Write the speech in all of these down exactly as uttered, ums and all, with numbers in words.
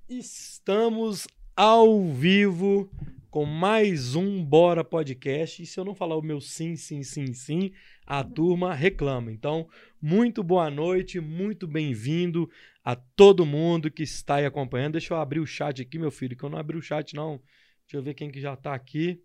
Estamos ao vivo com mais um Bora Podcast. E se eu não falar o meu sim, sim, sim, sim, a turma reclama. Então, muito boa noite, muito bem-vindo a todo mundo que está aí acompanhando. Deixa eu abrir o chat aqui, meu filho, que eu não abri o chat, não. Deixa eu ver quem que já está aqui.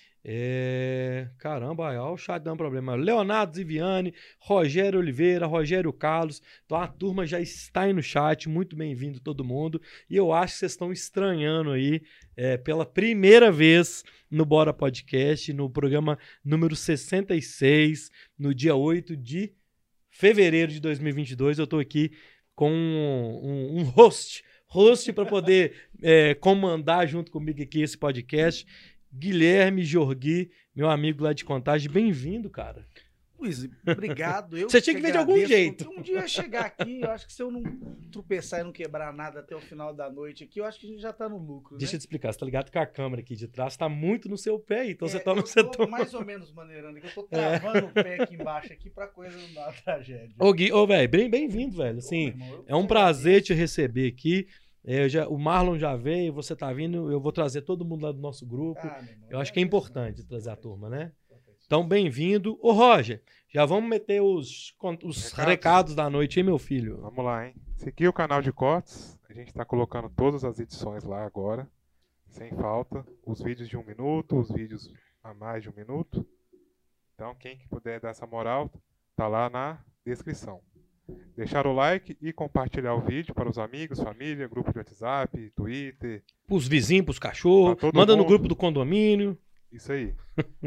É... Caramba, olha o chat dando problema. Leonardo Ziviani, Rogério Oliveira, Rogério Carlos. Então a turma já está aí no chat. Muito bem-vindo todo mundo. E eu acho que vocês estão estranhando aí é, pela primeira vez no Bora Podcast, no programa número sessenta e seis, no dia oito de fevereiro de dois mil e vinte e dois. Eu estou aqui com um, um, um host, host para poder é, comandar junto comigo aqui esse podcast. Guilherme Jorgui, meu amigo lá de Contagem, bem-vindo, cara. Luiz, obrigado. Eu Você tinha que ver de algum jeito. Um dia chegar aqui, eu acho que se eu não tropeçar e não quebrar nada até o final da noite aqui, eu acho que a gente já tá no lucro, Deixa né? eu te explicar, você tá ligado que a câmera aqui de trás tá muito no seu pé, então é, você tá no eu setor. Tô mais ou menos maneirando aqui, eu tô travando é. o pé aqui embaixo aqui pra coisa não dar uma tragédia. Ô, Gui, ô, velho, bem, bem-vindo, velho. Assim, Ô, irmão, é um prazer te receber aqui. É, eu já, o Marlon já veio, você tá vindo, eu vou trazer todo mundo lá do nosso grupo. Ah, irmão, eu acho que é importante trazer a turma, né? Então, bem-vindo. Ô, Roger, já vamos meter os, os recados. recados da noite, hein, meu filho? Vamos lá, hein? Esse aqui é o canal de cortes. A gente tá colocando todas as edições lá agora, sem falta. Os vídeos de um minuto, os vídeos a mais de um minuto. Então, quem que puder dar essa moral, tá lá na descrição. Deixar o like e compartilhar o vídeo para os amigos, família, grupo de WhatsApp, Twitter. Para os vizinhos, para os cachorros. Manda mundo. No grupo do condomínio. Isso aí.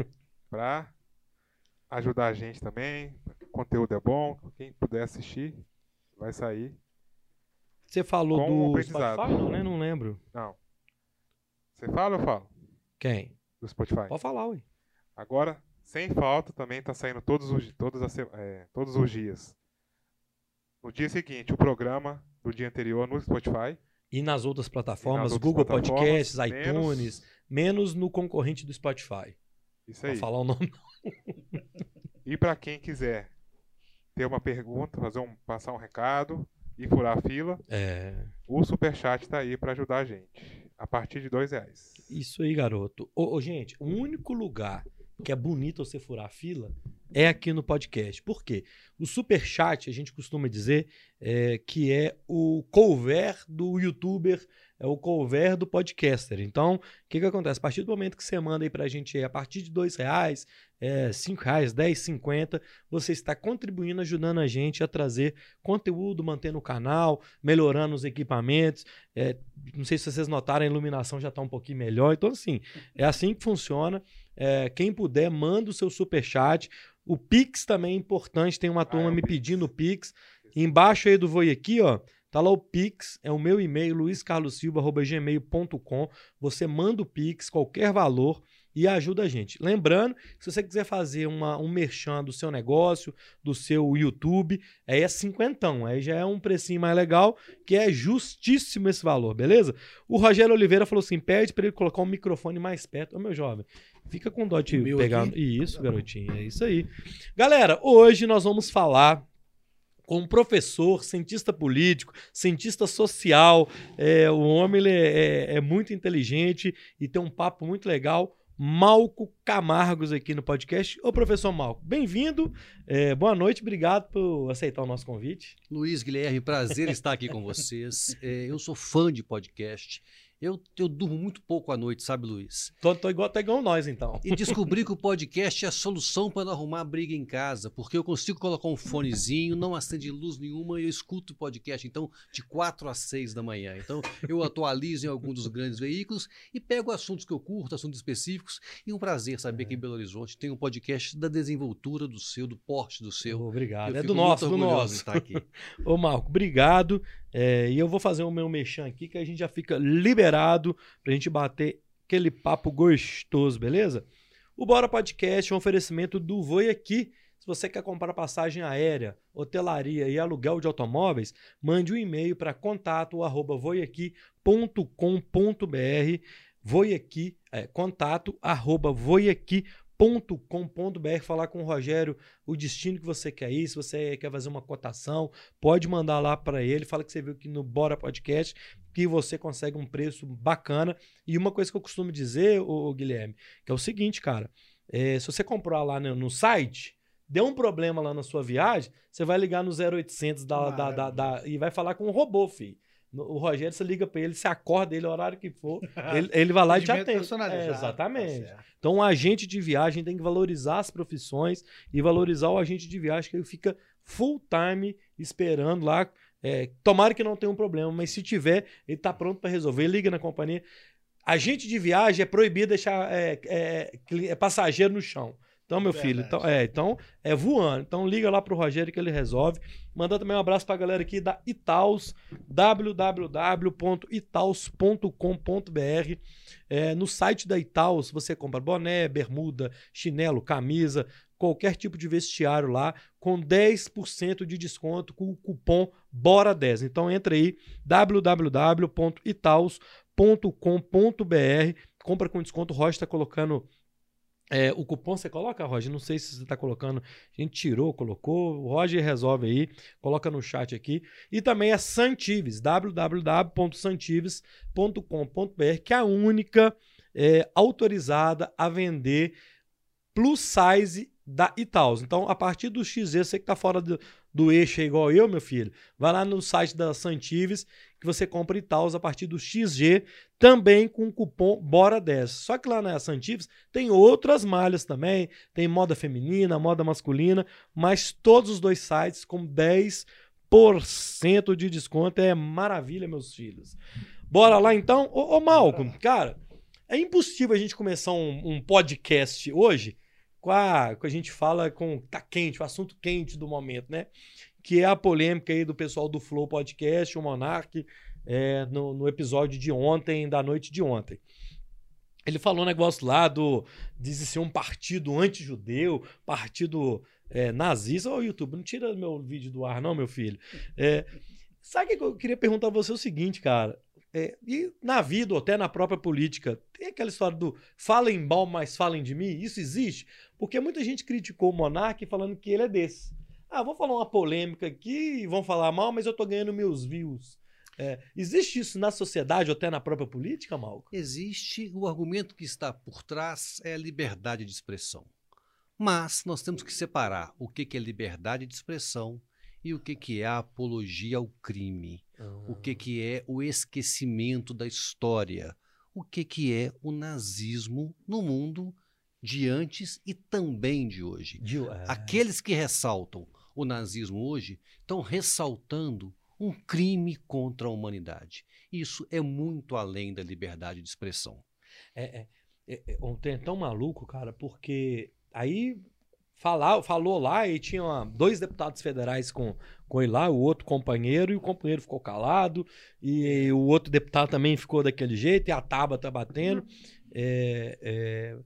Para ajudar a gente também. O conteúdo é bom. Quem puder assistir, vai sair. Você falou do Spotify, não, né? Não lembro. Não. Você fala ou eu falo? Quem? Do Spotify. Pode falar, ué. Agora, sem falta, também está saindo todos os, todos, as, é, todos os dias. No dia seguinte, o programa do dia anterior no Spotify. E nas outras plataformas, nas outras Google plataformas, Podcasts, menos, iTunes, menos no concorrente do Spotify. Isso aí. Vou falar o nome. E para quem quiser ter uma pergunta, fazer um, passar um recado e furar a fila, é... o Superchat está aí para ajudar a gente. A partir de dois reais. Isso aí, garoto. Ô, ô, gente, o único lugar que é bonito você furar a fila é aqui no podcast. Por quê? O Superchat, a gente costuma dizer é, que é o cover do youtuber, é o cover do podcaster. Então, o que que acontece? A partir do momento que você manda aí pra gente, a partir de dois reais, é, cinco reais, dez, cinquenta, você está contribuindo, ajudando a gente a trazer conteúdo, mantendo o canal, melhorando os equipamentos. É, não sei se vocês notaram, a iluminação já está um pouquinho melhor. Então, assim, é assim que funciona. É, quem puder, manda o seu superchat. O Pix também é importante, tem uma turma ah, é me Pix. pedindo o Pix. Embaixo aí do Voi Aqui, ó, tá lá o Pix, é o meu e-mail, luiz carlos silva arroba gmail ponto com. Você manda o Pix, qualquer valor, e ajuda a gente. Lembrando, se você quiser fazer uma, um merchan do seu negócio, do seu YouTube, aí é cinquentão, aí já é um precinho mais legal, que é justíssimo esse valor, beleza? O Rogério Oliveira falou assim, pede para ele colocar um microfone mais perto. Ô, meu jovem, fica com dó de pegar... Aqui? Isso, garotinho, é isso aí. Galera, hoje nós vamos falar com um professor, cientista político, cientista social. É, o homem ele é, é, é muito inteligente e tem um papo muito legal. Malco Camargos aqui no podcast. Ô, professor Malco, bem-vindo. É, boa noite, obrigado por aceitar o nosso convite. Luiz, Guilherme, prazer estar aqui com vocês. É, eu sou fã de podcast. Eu, eu durmo muito pouco à noite, sabe, Luiz? Tô, tô, igual, tô igual nós, então. E descobri que o podcast é a solução para não arrumar briga em casa, porque eu consigo colocar um fonezinho, não acende luz nenhuma e eu escuto o podcast, então, de quatro às seis da manhã. Então, eu atualizo em algum dos grandes veículos e pego assuntos que eu curto, assuntos específicos, e um prazer saber é. que em Belo Horizonte tem um podcast da desenvoltura do seu, do porte do seu. Obrigado. Eu é do nosso, do nosso. De estar aqui. Ô, Malco, obrigado. É, e eu vou fazer o meu merchan aqui, que a gente já fica liberado pra gente bater aquele papo gostoso, beleza? O Bora Podcast é um oferecimento do Voi Aqui. Se você quer comprar passagem aérea, hotelaria e aluguel de automóveis, mande um e-mail para contato arroba voiaqui ponto com ponto br. Voiaqui, é, contato arroba voiaqui ponto com ponto b r, falar com o Rogério o destino que você quer ir, se você quer fazer uma cotação, pode mandar lá para ele, fala que você viu aqui no Bora Podcast, que você consegue um preço bacana. E uma coisa que eu costumo dizer, ô, ô, Guilherme, que é o seguinte, cara, é, se você comprar lá no, no site, deu um problema lá na sua viagem, você vai ligar no zero oitocentos da, da, da, da, e vai falar com um robô, filho. O Rogério, você liga pra ele, você acorda ele, o horário que for, ele, ele vai lá e te atende. É, exatamente. Tá, então, o agente de viagem tem que valorizar as profissões e valorizar o agente de viagem, que ele fica full time esperando lá. É, tomara que não tenha um problema, mas se tiver, ele tá pronto para resolver. Ele liga na companhia. Agente de viagem é proibido deixar é, é, é passageiro no chão. Então, meu filho, então é, então é voando. Então, liga lá pro Rogério que ele resolve. Manda também um abraço pra galera aqui da Itaús, w w w ponto itaús ponto com ponto b r. É, no site da Itaús, você compra boné, bermuda, chinelo, camisa, qualquer tipo de vestiário lá, com dez por cento de desconto com o cupom bora dez. Então, entra aí, w w w ponto itaús ponto com ponto b r. Compra com desconto. O Roger está colocando... É, o cupom você coloca, Roger? Não sei se você está colocando. A gente tirou, colocou. O Roger resolve aí. Coloca no chat aqui. E também a Santives, w w w ponto santives ponto com ponto b r, que é a única é, autorizada a vender plus size da Itaús. Então, a partir do X Z, você que está fora do, do eixo igual eu, meu filho, vai lá no site da Santives, que você compra Itaús a partir do X G, também com o cupom bora dez. Só que lá na Santives tem outras malhas também, tem moda feminina, moda masculina, mas todos os dois sites com dez por cento de desconto. É maravilha, meus filhos. Bora lá então? Ô, ô Malcolm, cara, é impossível a gente começar um, um podcast hoje com a, com a gente fala com tá quente, o assunto quente do momento, né? Que é a polêmica aí do pessoal do Flow Podcast, o Monark, é, no, no episódio de ontem, da noite de ontem. Ele falou um negócio lá do, de ser um partido anti-judeu, partido é, nazista. Ô, YouTube, não tira meu vídeo do ar não, meu filho. É, sabe o que eu queria perguntar a você? O seguinte, cara. É, e na vida, ou até na própria política, tem aquela história do falem mal, mas falem de mim? Isso existe? Porque muita gente criticou o Monark falando que ele é desse. Ah, vou falar uma polêmica aqui, vão falar mal, mas eu tô ganhando meus views. É, existe isso na sociedade ou até na própria política, Malco? Existe. O argumento que está por trás é a liberdade de expressão. Mas nós temos que separar o que é liberdade de expressão e o que é a apologia ao crime. Uhum. O que é o esquecimento da história. O que é o nazismo no mundo de antes e também de hoje. De... Aqueles que ressaltam o nazismo hoje estão ressaltando um crime contra a humanidade. Isso é muito além da liberdade de expressão. É, é, é, ontem é tão maluco, cara, porque aí falar, falou lá e tinha ó, dois deputados federais com, com ele lá, o outro companheiro, e o companheiro ficou calado, e o outro deputado também ficou daquele jeito, e a tábua tá batendo. É... é...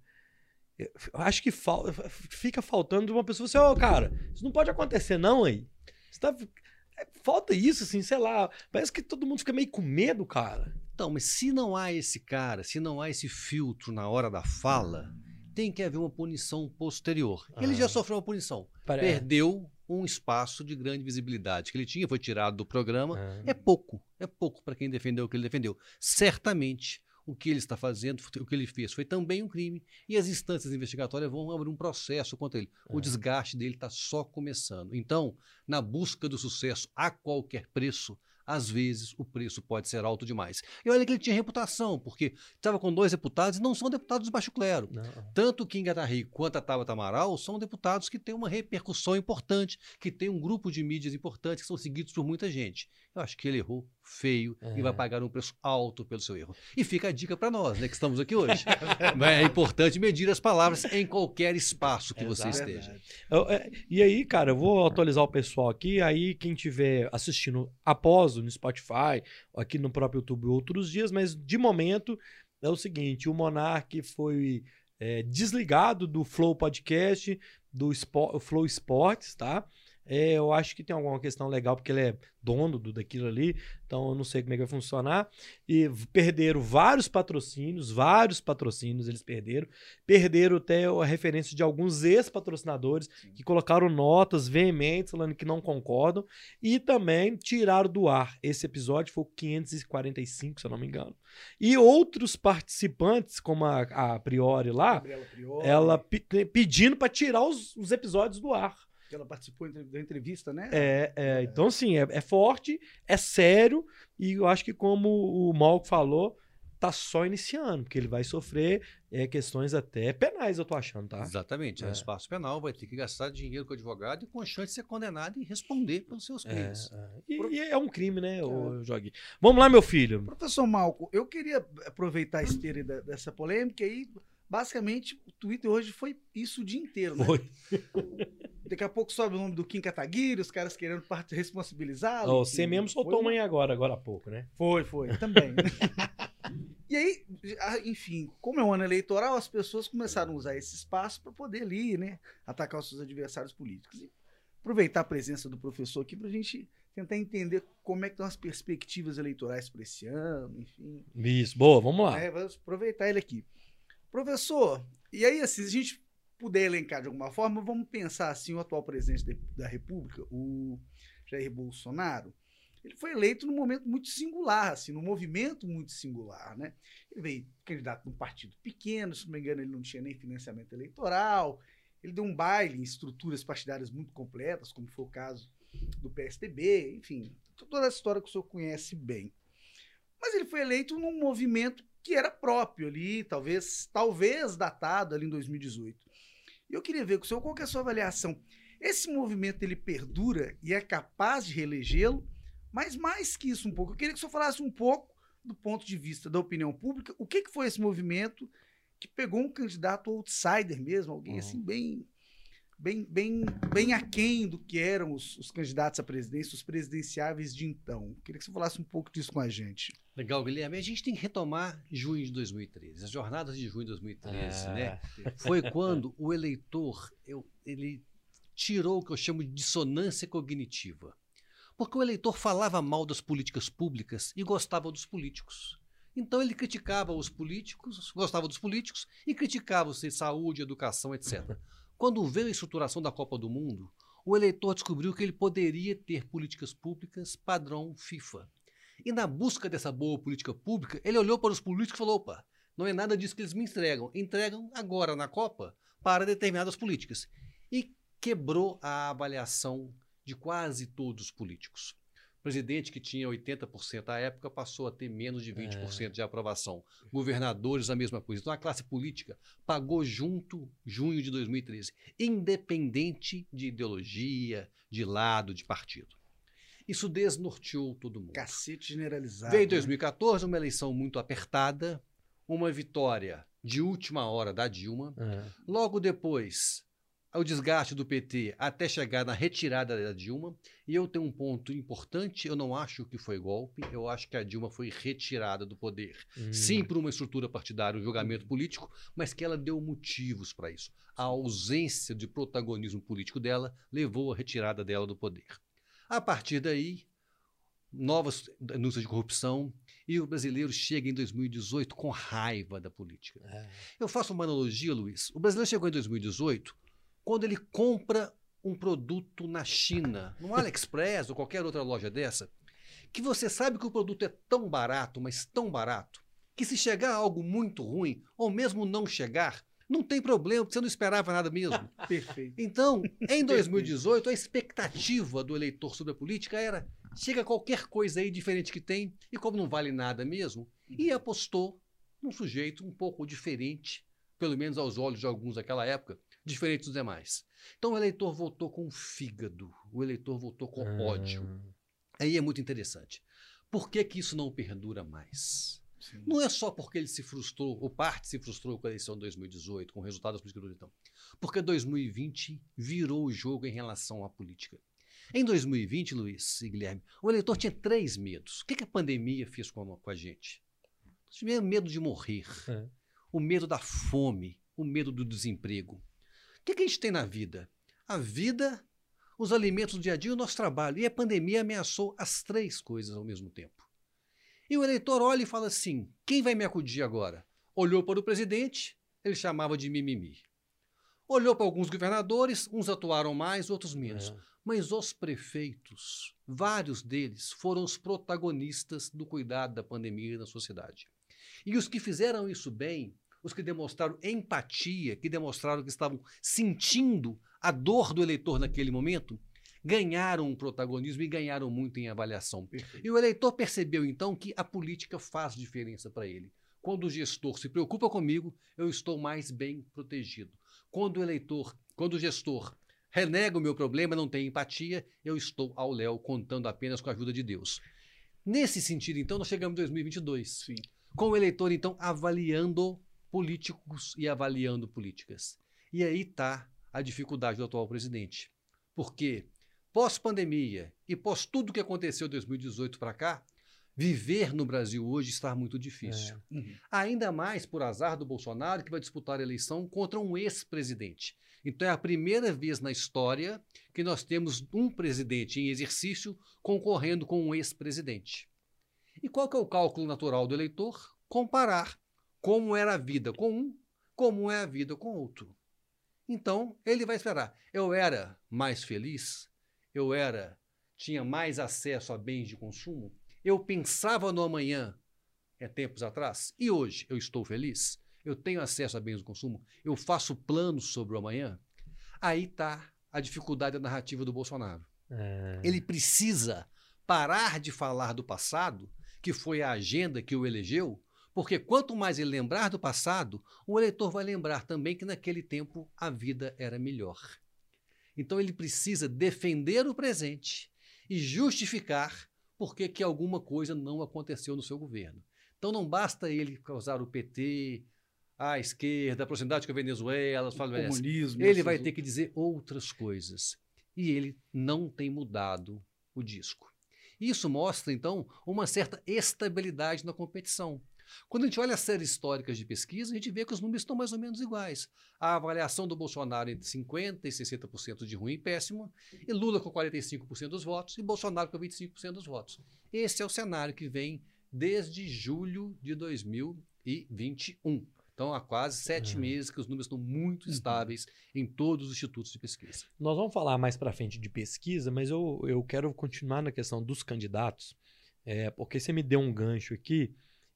Acho que fal... fica faltando uma pessoa assim, ô, oh, cara, isso não pode acontecer não aí. Você tá... Falta isso, assim, sei lá. Parece que todo mundo fica meio com medo, cara. Então, mas se não há esse cara, se não há esse filtro na hora da fala, tem que haver uma punição posterior. Ah. Ele já sofreu uma punição. Pare... Perdeu um espaço de grande visibilidade que ele tinha, foi tirado do programa. Ah. É pouco, é pouco para quem defendeu o que ele defendeu. Certamente, o que ele está fazendo, o que ele fez foi também um crime e as instâncias investigatórias vão abrir um processo contra ele. É. O desgaste dele está só começando. Então, na busca do sucesso a qualquer preço, às vezes o preço pode ser alto demais. E olha que ele tinha reputação, porque estava com dois deputados e não são deputados de baixo clero. Não. Tanto o Kim Gattari quanto a Tabata Amaral são deputados que têm uma repercussão importante, que têm um grupo de mídias importante, que são seguidos por muita gente. Eu acho que ele errou feio é. e vai pagar um preço alto pelo seu erro. E fica a dica para nós, né, que estamos aqui hoje. É importante medir as palavras em qualquer espaço que você esteja. Eu, é, e aí, cara, eu vou atualizar o pessoal aqui, aí quem estiver assistindo após no Spotify, aqui no próprio YouTube outros dias, mas de momento é o seguinte, o Monark foi é, desligado do Flow Podcast, do Spo- Flow Sports, tá? É, eu acho que tem alguma questão legal, porque ele é dono do, daquilo ali, então eu não sei como é que vai funcionar. E v- perderam vários patrocínios, vários patrocínios eles perderam. Perderam até a referência de alguns ex-patrocinadores que colocaram notas veementes falando que não concordam. E também tiraram do ar. Esse episódio foi o quinhentos e quarenta e cinco, se eu não me engano. E outros participantes, como a, a Priori lá, Gabriela Priori, ela pe- pedindo para tirar os, os episódios do ar. que ela participou entre- da entrevista, né? É, é, então, assim, é, é forte, é sério, e eu acho que, como o Malco falou, tá só iniciando, porque ele vai sofrer é, questões até penais, eu tô achando, tá? Exatamente. É. É. O espaço penal vai ter que gastar dinheiro com o advogado e com a chance de ser condenado e responder pelos seus É, crimes. é. E, e é um crime, né, o Joguinho? Vamos lá, meu filho. Professor Malco, eu queria aproveitar a esteira aí da- dessa polêmica e, basicamente, o Twitter hoje foi isso o dia inteiro, né? Foi. Daqui a pouco sobe o nome do Kim Kataguiri, os caras querendo parte- responsabilizá-lo. Ó, enfim, você mesmo soltou foi uma aí agora, agora há pouco, né? Foi, foi, também. E aí, a- enfim, como é um ano eleitoral, as pessoas começaram a usar esse espaço para poder ali, né, atacar os seus adversários políticos. E aproveitar a presença do professor aqui para a gente tentar entender como é que estão as perspectivas eleitorais para esse ano, enfim. Isso, boa, vamos lá. É, vamos aproveitar ele aqui. Professor, e aí, assim, se a gente puder elencar de alguma forma, vamos pensar assim, o atual presidente de- da República, o Jair Bolsonaro, ele foi eleito num momento muito singular, assim, num movimento muito singular, né? Ele veio candidato de um partido pequeno, se não me engano, ele não tinha nem financiamento eleitoral, ele deu um baile em estruturas partidárias muito completas, como foi o caso do P S D B, enfim, toda essa história que o senhor conhece bem. Mas ele foi eleito num movimento que era próprio ali, talvez, talvez datado ali em dois mil e dezoito. E eu queria ver com o senhor qual que é a sua avaliação. Esse movimento ele perdura e é capaz de reelegê-lo, mas mais que isso um pouco, eu queria que o senhor falasse um pouco do ponto de vista da opinião pública, o que, que foi esse movimento que pegou um candidato outsider mesmo, alguém Uhum. assim bem, bem, bem, bem aquém do que eram os, os candidatos à presidência, os presidenciáveis de então. Queria que você falasse um pouco disso com a gente. Legal, Guilherme. A gente tem que retomar junho de dois mil e treze, as jornadas de junho de dois mil e treze, É. né? Foi quando o eleitor, eu- ele tirou o que eu chamo de dissonância cognitiva. Porque o eleitor falava mal das políticas públicas e gostava dos políticos. Então ele criticava os políticos, gostava dos políticos e criticava os de saúde, educação, etcétera. Quando veio a estruturação da Copa do Mundo, o eleitor descobriu que ele poderia ter políticas públicas padrão FIFA. E na busca dessa boa política pública, ele olhou para os políticos e falou: opa, não é nada disso que eles me entregam. Entregam agora na Copa para determinadas políticas. E quebrou a avaliação de quase todos os políticos. O presidente, que tinha oitenta por cento à época, passou a ter menos de vinte por cento de aprovação. Governadores, a mesma coisa. Então a classe política pagou junto junho de dois mil e treze, independente de ideologia, de lado, de partido. Isso desnorteou todo mundo. Cacete generalizado. Veio em né? dois mil e quatorze, uma eleição muito apertada, uma vitória de última hora da Dilma. É. Logo depois, o desgaste do P T até chegar na retirada da Dilma. E eu tenho um ponto importante: eu não acho que foi golpe, eu acho que a Dilma foi retirada do poder. Hum. Sim, por uma estrutura partidária, um julgamento político, mas que ela deu motivos para isso. A ausência de protagonismo político dela levou à retirada dela do poder. A partir daí, novas denúncias de corrupção, e o brasileiro chega em dois mil e dezoito com raiva da política. É. Eu faço uma analogia, Luiz. O brasileiro chegou em dois mil e dezoito quando ele compra um produto na China, no AliExpress ou qualquer outra loja dessa, que você sabe que o produto é tão barato, mas tão barato, que se chegar algo muito ruim, ou mesmo não chegar, não tem problema, porque você não esperava nada mesmo. Perfeito. Então, em dois mil e dezoito, a expectativa do eleitor sobre a política era: chega qualquer coisa aí diferente que tem, e como não vale nada mesmo, e apostou num sujeito um pouco diferente, pelo menos aos olhos de alguns daquela época, diferente dos demais. Então o eleitor votou com fígado, o eleitor votou com ódio. Aí é muito interessante. Por que que isso não perdura mais? Sim. Não é só porque ele se frustrou, ou parte se frustrou com a eleição de dois mil e dezoito, com o resultado das políticas do então. Porque dois mil e vinte virou o jogo em relação à política. Em dois mil e vinte, Luiz e Guilherme, o eleitor tinha três medos. O que que a pandemia fez com a, com a gente? Tinha medo de morrer, É. o medo da fome, o medo do desemprego. O que que a gente tem na vida? A vida, os alimentos do dia a dia e o nosso trabalho. E a pandemia ameaçou as três coisas ao mesmo tempo. E o eleitor olha e fala assim, quem vai me acudir agora? Olhou para o presidente, ele chamava de mimimi. Olhou para alguns governadores, uns atuaram mais, outros menos. É. Mas os prefeitos, vários deles, foram os protagonistas do cuidado da pandemia na sociedade. E os que fizeram isso bem, os que demonstraram empatia, que demonstraram que estavam sentindo a dor do eleitor naquele momento, ganharam um protagonismo e ganharam muito em avaliação. Perfeito. E o eleitor percebeu, então, que a política faz diferença para ele. Quando o gestor se preocupa comigo, eu estou mais bem protegido. Quando o eleitor, quando o gestor renega o meu problema, não tem empatia, eu estou ao léu, contando apenas com a ajuda de Deus. Nesse sentido, então, nós chegamos em dois mil e vinte e dois. Sim. Com o eleitor, então, avaliando políticos e avaliando políticas. E aí está a dificuldade do atual presidente. Porque, pós-pandemia e pós tudo que aconteceu de dois mil e dezoito para cá, viver no Brasil hoje está muito difícil. É. Uhum. Ainda mais por azar do Bolsonaro, que vai disputar a eleição contra um ex-presidente. Então é a primeira vez na história que nós temos um presidente em exercício concorrendo com um ex-presidente. E qual que é o cálculo natural do eleitor? Comparar como era a vida com um, como é a vida com outro. Então, ele vai esperar. Eu era mais feliz? Eu era, tinha mais acesso a bens de consumo? Eu pensava no amanhã, é tempos atrás? E hoje, eu estou feliz? Eu tenho acesso a bens de consumo? Eu faço planos sobre o amanhã? Aí está a dificuldade da narrativa do Bolsonaro. É. Ele precisa parar de falar do passado, que foi a agenda que o elegeu, porque quanto mais ele lembrar do passado, o eleitor vai lembrar também que naquele tempo a vida era melhor. Então ele precisa defender o presente e justificar por que que alguma coisa não aconteceu no seu governo. Então não basta ele causar o P T, a esquerda, a proximidade com a Venezuela, o comunismo. Ele vai ter que dizer outras coisas. E ele não tem mudado o disco. Isso mostra, então, uma certa estabilidade na competição. Quando a gente olha as séries históricas de pesquisa, a gente vê que os números estão mais ou menos iguais. A avaliação do Bolsonaro entre cinquenta por cento e sessenta por cento de ruim e péssimo, e Lula com quarenta e cinco por cento dos votos, e Bolsonaro com vinte e cinco por cento dos votos. Esse é o cenário que vem desde julho de dois mil e vinte e um. Então, há quase sete uhum. meses que os números estão muito uhum. estáveis em todos os institutos de pesquisa. Nós vamos falar mais para frente de pesquisa, mas eu, eu quero continuar na questão dos candidatos, é, porque você me deu um gancho aqui,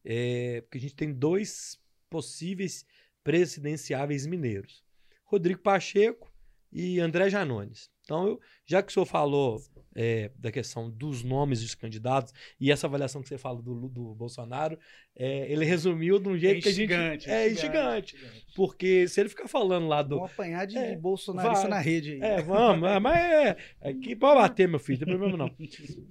é, porque a gente tem dois possíveis presidenciáveis mineiros, Rodrigo Pacheco e André Janones. Então, eu, já que o senhor falou é, da questão dos nomes dos candidatos e essa avaliação que você fala do, do Bolsonaro, é, ele resumiu de um jeito é que a gente... É instigante. Porque se ele ficar falando lá do... Vamos apanhar de, é, de bolsonarista vai, na rede aí. É, vamos. É, mas é... Aqui pode bater, meu filho, não tem problema não.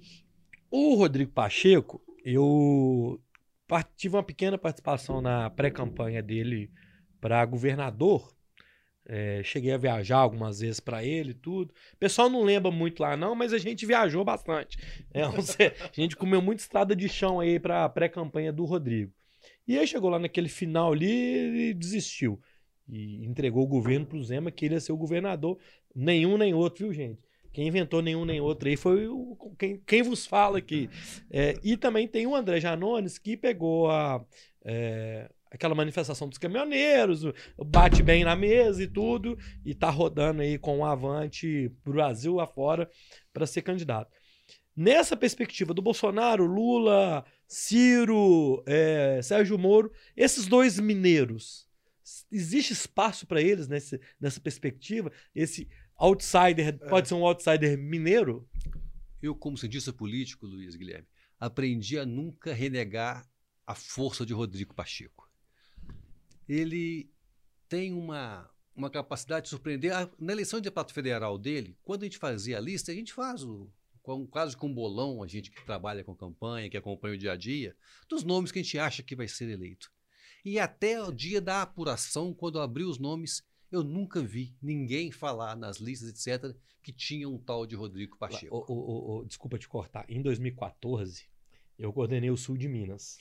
O Rodrigo Pacheco, eu tive uma pequena participação na pré-campanha dele para governador. É, cheguei a viajar algumas vezes para ele e tudo. O pessoal não lembra muito lá não, mas a gente viajou bastante. É, a gente comeu muita estrada de chão aí para a pré-campanha do Rodrigo. E aí chegou lá naquele final ali e desistiu. E entregou o governo pro Zema, que ele ia ser o governador. Nenhum nem outro, viu, gente? Quem inventou nenhum nem outro aí foi o, quem, quem vos fala aqui. É, e também tem o André Janones, que pegou a... É, aquela manifestação dos caminhoneiros, bate bem na mesa e tudo, e tá rodando aí com o Avante pro Brasil afora para ser candidato. Nessa perspectiva do Bolsonaro, Lula, Ciro, é, Sérgio Moro, esses dois mineiros, existe espaço para eles nesse, nessa perspectiva? Esse outsider, pode é. ser um outsider mineiro? Eu, como cientista político, Luiz Guilherme, aprendi a nunca renegar a força de Rodrigo Pacheco. Ele tem uma, uma capacidade de surpreender. Na eleição de deputado federal dele, quando a gente fazia a lista, a gente faz o, um caso com um bolão, a gente que trabalha com campanha, que acompanha o dia a dia, dos nomes que a gente acha que vai ser eleito. E até o dia da apuração, quando abriu os nomes, eu nunca vi ninguém falar nas listas, etcétera, que tinha um tal de Rodrigo Pacheco. O, o, o, desculpa te cortar. Em dois mil e quatorze, eu coordenei o sul de Minas.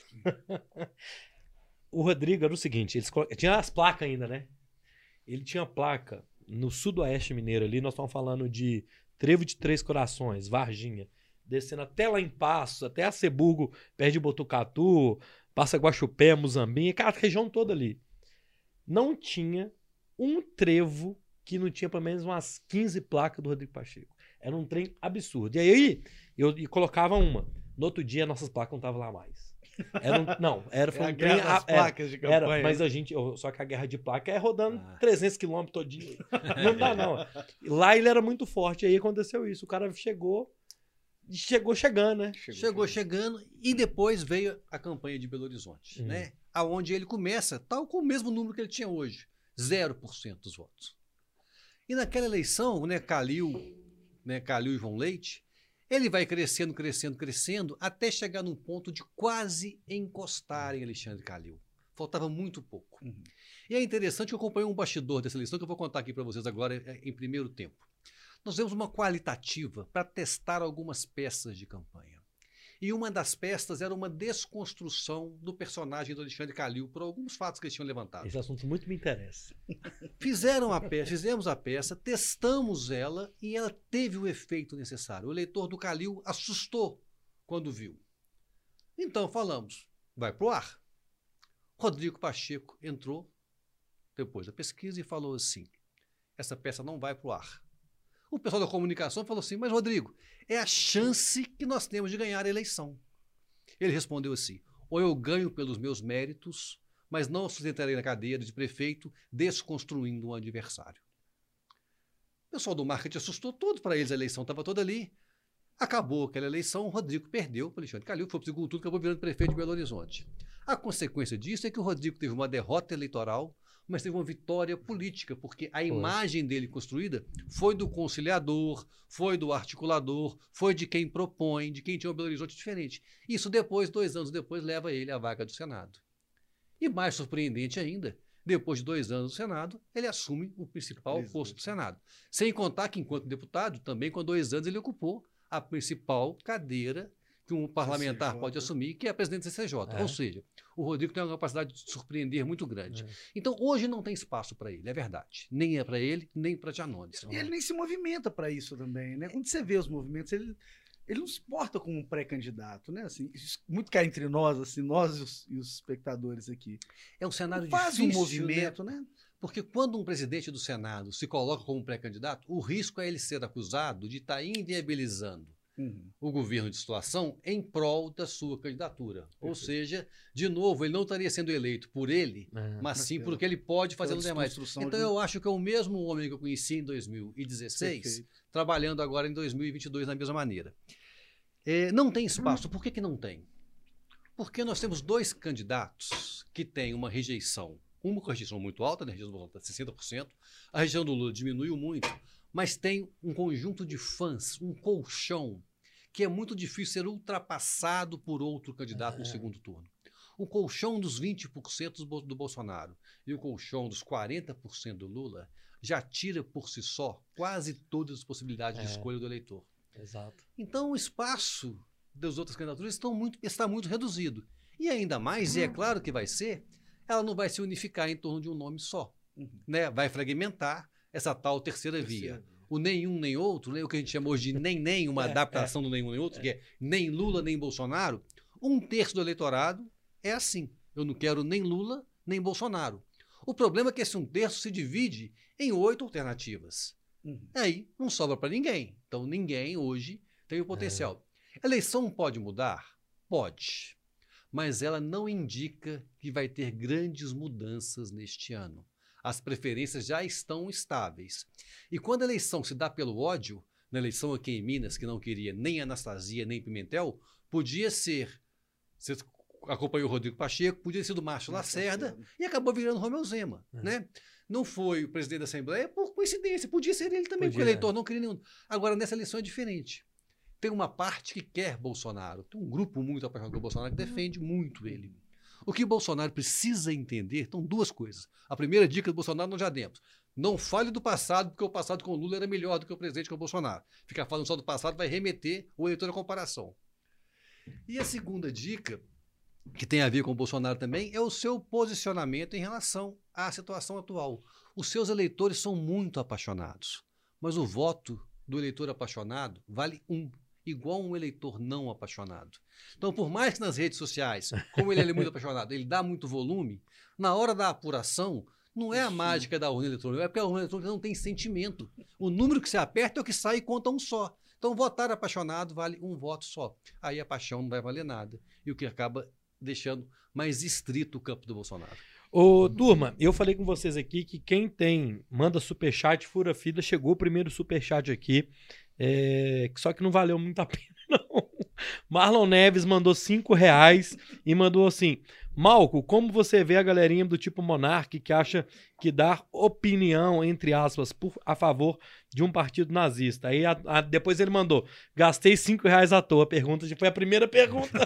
O Rodrigo era o seguinte, eles tinha as placas ainda, né? Ele tinha placa no sudoeste mineiro ali, nós estamos falando de Trevo de Três Corações, Varginha, descendo até lá em Passos, até Aceburgo, perto de Botucatu, passa Guaxupé, Muzambinha, aquela região toda ali. Não tinha um trevo que não tinha pelo menos umas quinze placas do Rodrigo Pacheco. Era um trem absurdo. E aí eu, eu colocava uma. No outro dia, nossas placas não estavam lá mais. Era um, não, era, foi É a um trem... guerra das era, placas de campanha. era, mas a gente... Só que a guerra de placa é rodando Ah. trezentos quilômetros todo dia. Não dá, não. Lá ele era muito forte. Aí aconteceu isso. O cara chegou... Chegou chegando, né? Chegou chegando e depois veio a campanha de Belo Horizonte, Uhum. né? Aonde ele começa, tal com o mesmo número que ele tinha hoje, zero por cento dos votos. E naquela eleição, né, Calil, né, Calil e João Leite, ele vai crescendo, crescendo, crescendo, até chegar num ponto de quase encostar em Alexandre Calil. Faltava muito pouco. Uhum. E é interessante que eu acompanhei um bastidor dessa eleição que eu vou contar aqui para vocês agora eh, em primeiro tempo. Nós temos uma qualitativa para testar algumas peças de campanha. E uma das peças era uma desconstrução do personagem do Alexandre Calil por alguns fatos que eles tinham levantado. Esse assunto muito me interessa. Fizeram a peça, fizemos a peça, testamos ela e ela teve o efeito necessário. O eleitor do Calil assustou quando viu. Então falamos, vai pro ar. Rodrigo Pacheco entrou depois da pesquisa e falou assim, essa peça não vai pro ar. O pessoal da comunicação falou assim, mas Rodrigo, é a chance que nós temos de ganhar a eleição. Ele respondeu assim, ou eu ganho pelos meus méritos, mas não sustentarei na cadeira de prefeito desconstruindo um adversário. O pessoal do marketing assustou todo para eles, a eleição estava toda ali. Acabou aquela eleição, o Rodrigo perdeu para o Alexandre Calil, foi para o segundo turno, acabou virando prefeito de Belo Horizonte. A consequência disso é que o Rodrigo teve uma derrota eleitoral, mas teve uma vitória política, porque a imagem dele construída foi do conciliador, foi do articulador, foi de quem propõe, de quem tinha um Belo Horizonte diferente. Isso depois, dois anos depois, leva ele à vaga do Senado. E mais surpreendente ainda, depois de dois anos no Senado, ele assume o principal Presidente. posto do Senado. Sem contar que, enquanto deputado, também com dois anos ele ocupou a principal cadeira que um parlamentar C C J. pode assumir, que é a presidente do C C J. É. Ou seja, o Rodrigo tem uma capacidade de surpreender muito grande. É. Então, hoje não tem espaço para ele, é verdade. Nem é para ele, nem para Janones. E ele nem se movimenta para isso também, né? Quando você vê os movimentos, ele, ele não se porta como um pré-candidato, né? Assim, isso muito cá entre nós, assim, nós e os, e os espectadores aqui. É um cenário Faz um difícil, movimento, né? né? Porque quando um presidente do Senado se coloca como pré-candidato, o risco é ele ser acusado de estar inviabilizando Uhum. o governo de situação em prol da sua candidatura. Ou Perfeito. seja, de novo, ele não estaria sendo eleito por ele, É. mas sim Pela- por o que ele pode fazer pela nos demais. desconstrução Então de um- eu acho que é o mesmo homem que eu conheci em dois mil e dezesseis, Perfeito. trabalhando agora em dois mil e vinte e dois da mesma maneira. É, não tem espaço. Por que, que não tem? Porque nós temos dois candidatos que têm uma rejeição. Uma com rejeição muito alta, né? A rejeição do Bolsonaro está sessenta por cento. A rejeição do Lula diminuiu muito, mas tem um conjunto de fãs, um colchão, que é muito difícil ser ultrapassado por outro candidato no É. segundo turno. O colchão dos vinte por cento do Bo- do Bolsonaro e o colchão dos quarenta por cento do Lula já tira por si só quase todas as possibilidades de É. escolha do eleitor. Exato. Então o espaço das outras candidaturas estão muito, está muito reduzido. E ainda mais, e é claro que vai ser, ela não vai se unificar em torno de um nome só. Uhum. Né? Vai fragmentar essa tal terceira via. Terceira. O nenhum nem outro, né? O que a gente chama hoje de nem nem, uma É, adaptação do nenhum nem outro, que é nem Lula nem Bolsonaro, um terço do eleitorado é assim. Eu não quero nem Lula nem Bolsonaro. O problema é que esse um terço se divide em oito alternativas. Uhum. Aí não sobra para ninguém. Então ninguém hoje tem o potencial. Eleição pode mudar? Pode. Mas ela não indica que vai ter grandes mudanças neste ano. As preferências já estão estáveis. E quando a eleição se dá pelo ódio, na eleição aqui em Minas, que não queria nem Anastasia nem Pimentel, podia ser, você acompanhou o Rodrigo Pacheco, podia ser do Márcio Lacerda e acabou virando Romeu Zema. Uhum. Né? Não foi o presidente da Assembleia por coincidência, podia ser ele também, porque Podia, o eleitor não queria nenhum. Agora, nessa eleição é diferente. Tem uma parte que quer Bolsonaro, tem um grupo muito apaixonado pelo Bolsonaro que defende muito ele. O que Bolsonaro precisa entender, são duas coisas. A primeira dica do Bolsonaro nós já demos. Não fale do passado, porque o passado com o Lula era melhor do que o presente com o Bolsonaro. Ficar falando só do passado vai remeter o eleitor à comparação. E a segunda dica, que tem a ver com o Bolsonaro também, é o seu posicionamento em relação à situação atual. Os seus eleitores são muito apaixonados, mas o voto do eleitor apaixonado vale um, igual um eleitor não apaixonado. Então, por mais que nas redes sociais, como ele é muito apaixonado, ele dá muito volume, na hora da apuração, não é a mágica da urna eletrônica, é porque a urna eletrônica não tem sentimento. O número que você aperta é o que sai e conta um só. Então, votar apaixonado vale um voto só. Aí a paixão não vai valer nada. E o que acaba deixando mais estrito o campo do Bolsonaro. Ô, turma, eu falei com vocês aqui que quem tem, manda superchat, fura fila, chegou o primeiro superchat aqui, é, só que não valeu muito a pena, não. Marlon Neves mandou cinco reais e mandou assim: Malco, como você vê a galerinha do tipo Monark que acha que dar opinião, entre aspas, por, a favor de um partido nazista? Aí a, a, depois ele mandou: gastei cinco reais à toa. Pergunta, foi a primeira pergunta.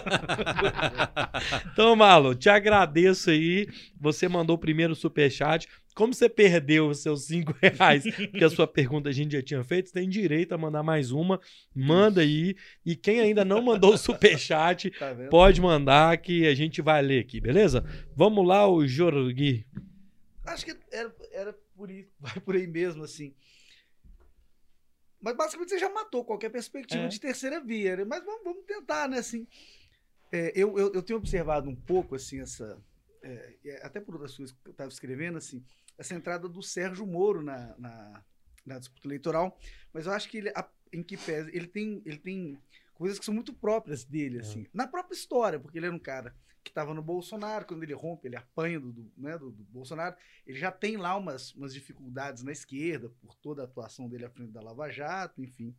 Então, Marlon, te agradeço aí. Você mandou o primeiro superchat. Como você perdeu os seus cinco reais, porque a sua pergunta a gente já tinha feito, você tem direito a mandar mais uma. Manda aí. E quem ainda não mandou o superchat, tá pode mandar que a gente vai ler aqui, beleza? Vamos lá, o Jorgui. Acho que era, era por aí, vai por aí mesmo, assim. Mas basicamente você já matou qualquer perspectiva é. de terceira via, né? Mas vamos, vamos tentar, né? Assim, é, eu, eu, eu tenho observado um pouco, assim, essa... É, até por outras coisas que eu estava escrevendo, assim, essa entrada do Sérgio Moro na, na, na disputa eleitoral, mas eu acho que ele, a, em que pese, ele tem, ele tem coisas que são muito próprias dele, assim, é. na própria história, porque ele era um cara que estava no Bolsonaro, quando ele rompe, ele apanha do, do, né, do, do Bolsonaro, ele já tem lá umas, umas dificuldades na esquerda, por toda a atuação dele à frente da Lava Jato, enfim.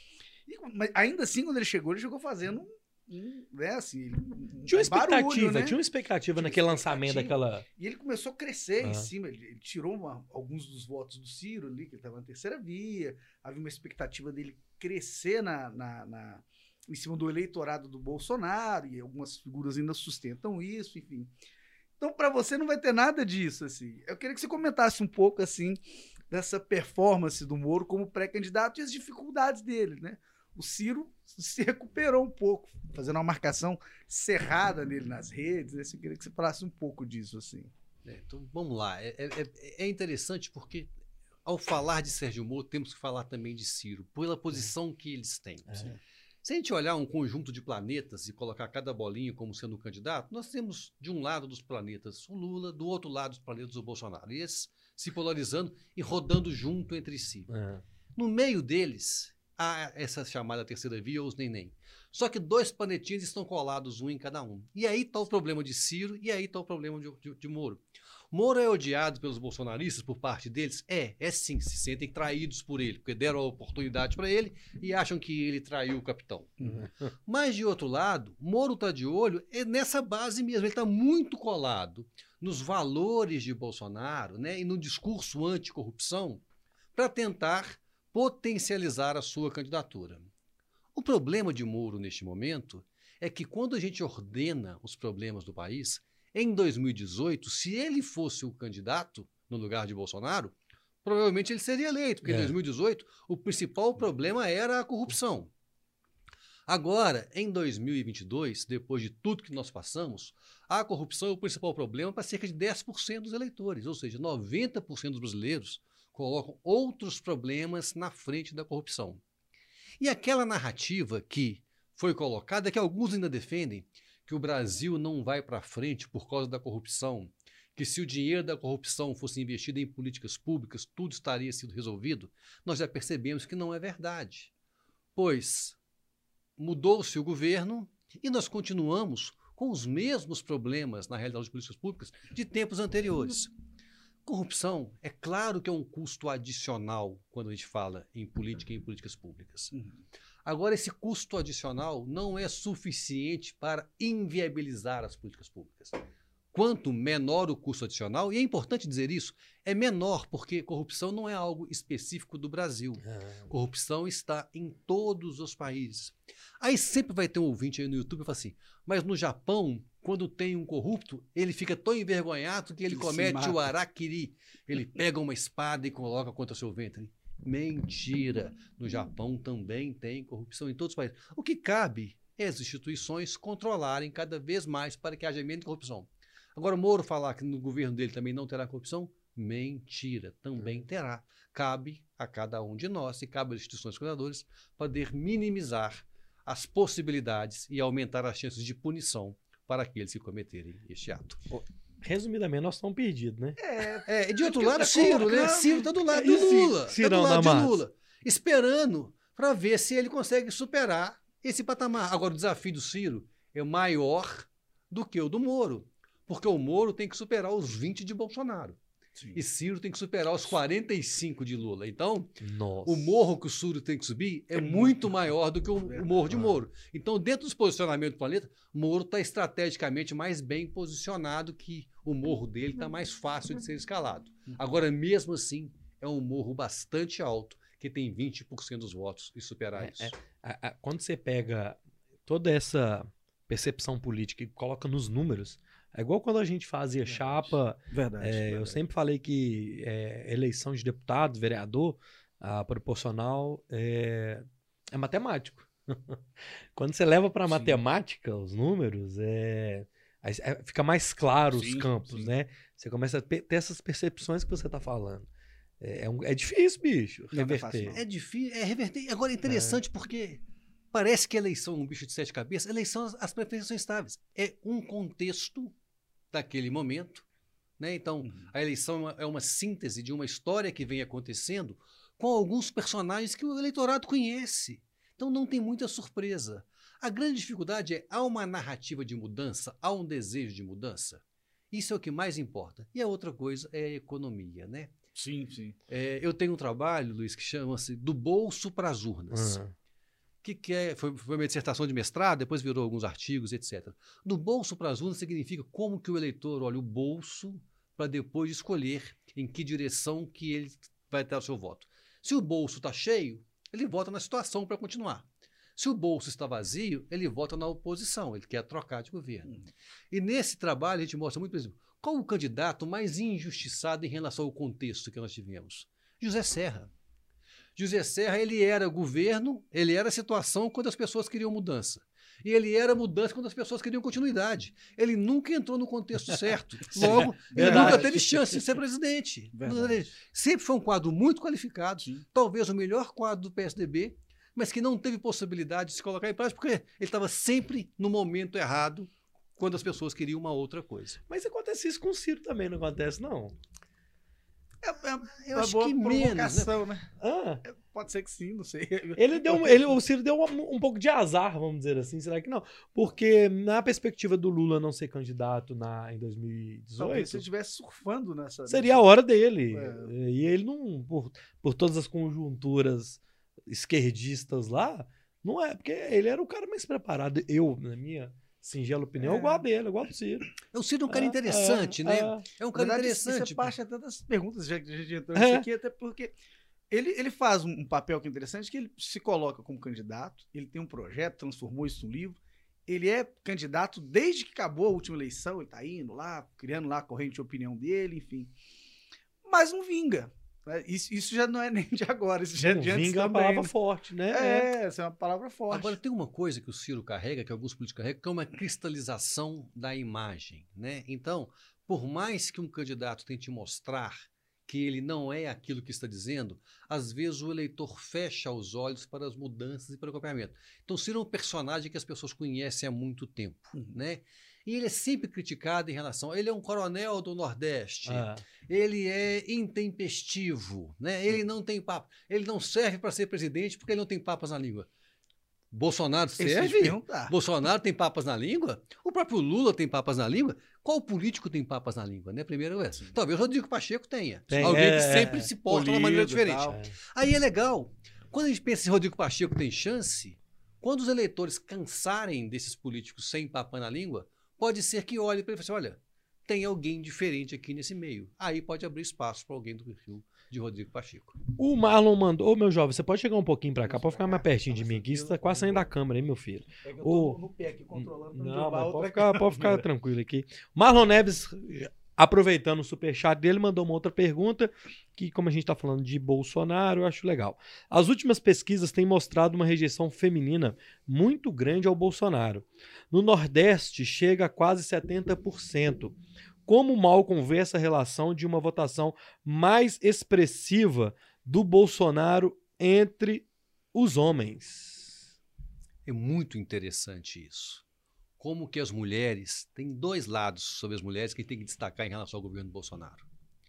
E, mas ainda assim, quando ele chegou, ele chegou fazendo um Um, né, assim, um tinha uma expectativa, barulho, né? tinha uma expectativa tinha naquele expectativa. lançamento daquela. E ele começou a crescer ah. em cima, ele, ele tirou uma, alguns dos votos do Ciro ali, que ele estava na terceira via, havia uma expectativa dele crescer na, na, na, em cima do eleitorado do Bolsonaro, e algumas figuras ainda sustentam isso, enfim. Então, para você não vai ter nada disso, assim. Eu queria que você comentasse um pouco, assim, dessa performance do Moro como pré-candidato e as dificuldades dele, né? O Ciro se recuperou um pouco, fazendo uma marcação cerrada nele nas redes. Né? Eu queria que você falasse um pouco disso. Assim. É, então, vamos lá. É, é, é interessante porque, ao falar de Sérgio Moro, temos que falar também de Ciro, pela posição que eles têm. É. Se a gente olhar um conjunto de planetas e colocar cada bolinha como sendo um candidato, nós temos, de um lado dos planetas, o Lula, do outro lado dos planetas, o Bolsonaro. E esses se polarizando e rodando junto entre si. É. No meio deles... há essa chamada terceira via ou os nem-nem. Só que dois planetinhos estão colados, um em cada um. E aí está o problema de Ciro e aí está o problema de, de, de Moro. Moro é odiado pelos bolsonaristas por parte deles? É, é sim, se sentem traídos por ele, porque deram a oportunidade para ele e acham que ele traiu o capitão. Uhum. Mas, de outro lado, Moro está de olho é nessa base mesmo, ele está muito colado nos valores de Bolsonaro, né, e no discurso anticorrupção para tentar potencializar a sua candidatura. O problema de Moro neste momento é que quando a gente ordena os problemas do país, em dois mil e dezoito, se ele fosse o candidato no lugar de Bolsonaro, provavelmente ele seria eleito, porque é. em dois mil e dezoito o principal problema era a corrupção. Agora, em dois mil e vinte e dois, depois de tudo que nós passamos, a corrupção é o principal problema para cerca de dez por cento dos eleitores, ou seja, noventa por cento dos brasileiros colocam outros problemas na frente da corrupção. E aquela narrativa que foi colocada, que alguns ainda defendem, que o Brasil não vai para frente por causa da corrupção, que se o dinheiro da corrupção fosse investido em políticas públicas, tudo estaria sido resolvido, nós já percebemos que não é verdade. Pois mudou-se o governo e nós continuamos com os mesmos problemas na realidade das políticas públicas de tempos anteriores. Corrupção, é claro que é um custo adicional quando a gente fala em política e em políticas públicas. Uhum. Agora, esse custo adicional não é suficiente para inviabilizar as políticas públicas. Quanto menor o custo adicional, e é importante dizer isso, é menor porque corrupção não é algo específico do Brasil. Uhum. Corrupção está em todos os países. Aí sempre vai ter um ouvinte aí no YouTube que fala assim, mas no Japão, quando tem um corrupto, ele fica tão envergonhado que ele que comete o harakiri. Ele pega uma espada e coloca contra o seu ventre. Mentira! No Japão também tem corrupção em todos os países. O que cabe é as instituições controlarem cada vez mais para que haja menos corrupção. Agora, o Moro falar que no governo dele também não terá corrupção, Mentira. Também terá. Cabe a cada um de nós e cabe às instituições cuidadoras poder minimizar as possibilidades e aumentar as chances de punição para aqueles que cometerem este ato. Resumidamente, nós estamos perdidos, né? É, É, e de outro É lado, tá Ciro, né? colocando- Ciro está do lado E do Ciro? Lula. Está Cirão do lado da de massa. Lula. Esperando para ver se ele consegue superar esse patamar. Agora, o desafio do Ciro é maior do que o do Moro. Porque o Moro tem que superar os vinte de Bolsonaro. sim. E Ciro tem que superar os quarenta e cinco de Lula. Então, Nossa. o morro que o Ciro tem que subir é, É muito muito maior do que o, o morro de Moro. Então, dentro dos posicionamentos do planeta, Moro está estrategicamente mais bem posicionado, que o morro dele está mais fácil de ser escalado. Agora, mesmo assim, é um morro bastante alto, que tem vinte por cento dos votos e superar É, isso. é. A- a- quando você pega toda essa percepção política e coloca nos números, é igual quando a gente fazia chapa. Verdade. É, eu verdade. sempre falei que é, eleição de deputado, vereador, a proporcional é, é matemático. Quando você leva para Sim. matemática os números, é, aí é- fica mais claro os Sim, campos, sim. né? Você começa a pe- ter essas percepções que você está falando. É, é um- é difícil, bicho, Não, não é fácil, reverter. não. É difícil, é reverter. Agora é interessante porque parece que a eleição é um bicho de sete cabeças. A eleição, as- as preferências são estáveis. É um contexto daquele momento, né? Então, Uhum. a eleição é uma, é uma síntese de uma história que vem acontecendo com alguns personagens que o eleitorado conhece. Então, não tem muita surpresa. A grande dificuldade é, há uma narrativa de mudança, há um desejo de mudança. Isso é o que mais importa. E a outra coisa é a economia, né? Sim, sim. É, eu tenho um trabalho, Luiz, que chama-se Do Bolso para as Urnas. Ah, Que, que é, foi, foi uma dissertação de mestrado, depois virou alguns artigos, etcétera. Do bolso para as urnas significa como que o eleitor olha o bolso para depois escolher em que direção que ele vai dar o seu voto. Se o bolso está cheio, ele vota na situação para continuar. Se o bolso está vazio, ele vota na oposição, ele quer trocar de governo. Uhum. E nesse trabalho a gente mostra muito, por exemplo, qual o candidato mais injustiçado em relação ao contexto que nós tivemos? José Serra. José Serra, ele era governo, ele era situação quando as pessoas queriam mudança. E ele era mudança quando as pessoas queriam continuidade. Ele nunca entrou no contexto certo. Logo, ele Verdade. nunca teve chance de ser presidente. Verdade. Sempre foi um quadro muito qualificado, Sim. talvez o melhor quadro do P S D B, mas que não teve possibilidade de se colocar em prática, porque ele estava sempre no momento errado, quando as pessoas queriam uma outra coisa. Mas acontece isso com o Ciro também, não acontece, não? É, é Eu uma acho boa que menos, né? provocação, né? Ah, Pode ser que sim, não sei. ele deu, um- ele, o Ciro deu um, um pouco de azar, vamos dizer assim, será que não? Porque na perspectiva do Lula não ser candidato na, em dois mil e Talvez dezoito, você estivesse surfando nessa. seria a hora dele. É. E ele não, por, por todas as conjunturas esquerdistas lá, não é, porque ele era o cara mais preparado. Eu, na minha singela opinião, É. eu gosto dele, eu gosto do Ciro. O Ciro é um cara interessante, É, né? é. É um Na cara verdade, interessante. Isso é parte até das perguntas, já que a gente entrou É. nisso aqui, até porque ele, ele faz um, um papel que é interessante, que ele se coloca como candidato, ele tem um projeto, transformou isso num livro, ele é candidato desde que acabou a última eleição, ele tá indo lá, criando lá a corrente de opinião dele, enfim. Mas não vinga. Né? Isso, isso já não é nem de agora, isso já é Não, de antes vinga é uma também, palavra né? forte, né? É, essa é uma palavra forte. Agora, tem uma coisa que o Ciro carrega, que alguns políticos carregam, que é uma cristalização da imagem, né? Então, por mais que um candidato tente mostrar que ele não é aquilo que está dizendo, às vezes o eleitor fecha os olhos para as mudanças e para o acompanhamento. Então, Ciro é um personagem que as pessoas conhecem há muito tempo, Uhum. né? E ele é sempre criticado em relação... Ele é um coronel do Nordeste, Ah, ele é intempestivo, né? Ele não tem papo. Ele não serve para ser presidente porque ele não tem papas na língua. Bolsonaro Esse é de serve? perguntar. Bolsonaro tem papas na língua? O próprio Lula tem papas na língua? Qual político tem papas na língua, né? Primeira vez. Talvez o Rodrigo Pacheco tenha. Tem, Alguém é, que sempre se porta de uma maneira polido e diferente. tal. é. Aí é legal. Quando a gente pensa se Rodrigo Pacheco tem chance, quando os eleitores cansarem desses políticos sem papo na língua, pode ser que olhe para ele e fale assim, olha, tem alguém diferente aqui nesse meio. Aí pode abrir espaço para alguém do perfil de Rodrigo Pacheco. O Marlon mandou. Ô, meu jovem, você pode chegar um pouquinho pra cá, pode ficar mais pertinho de mim aqui. Você tá quase saindo da câmera, hein, meu filho? É que eu Ô, tô no pé aqui controlando pra Não, derrubar mas outra pode ficar, pode ficar tranquilo aqui. Marlon Neves, aproveitando o superchat dele, mandou uma outra pergunta, que como a gente está falando de Bolsonaro, eu acho legal. As últimas pesquisas têm mostrado uma rejeição feminina muito grande ao Bolsonaro. No Nordeste, chega a quase setenta por cento. como o Malcolm vê essa relação de uma votação mais expressiva do Bolsonaro entre os homens. É muito interessante isso. Como que as mulheres, tem dois lados sobre as mulheres que tem que destacar em relação ao governo Bolsonaro.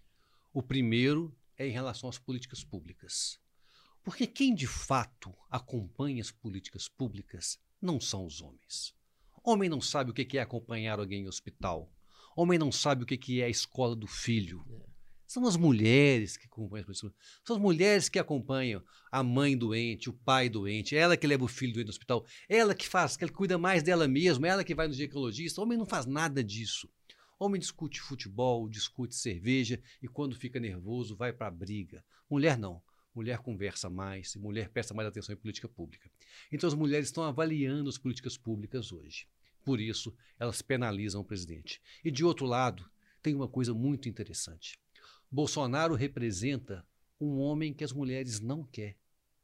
O primeiro é em relação às políticas públicas. Porque quem de fato acompanha as políticas públicas não são os homens. Homem não sabe o que é acompanhar alguém em hospital. Homem não sabe o que é a escola do filho. São as mulheres que acompanham as políticas públicas. São as mulheres que acompanham a mãe doente, o pai doente, ela que leva o filho doente no hospital, ela que faz, que ela cuida mais dela mesma, ela que vai no ginecologista. Homem não faz nada disso. Homem discute futebol, discute cerveja e quando fica nervoso vai para a briga. Mulher não. Mulher conversa mais, mulher presta mais atenção em política pública. Então as mulheres estão avaliando as políticas públicas hoje. Por isso, elas penalizam o presidente. E de outro lado, tem uma coisa muito interessante. Bolsonaro representa um homem que as mulheres não querem.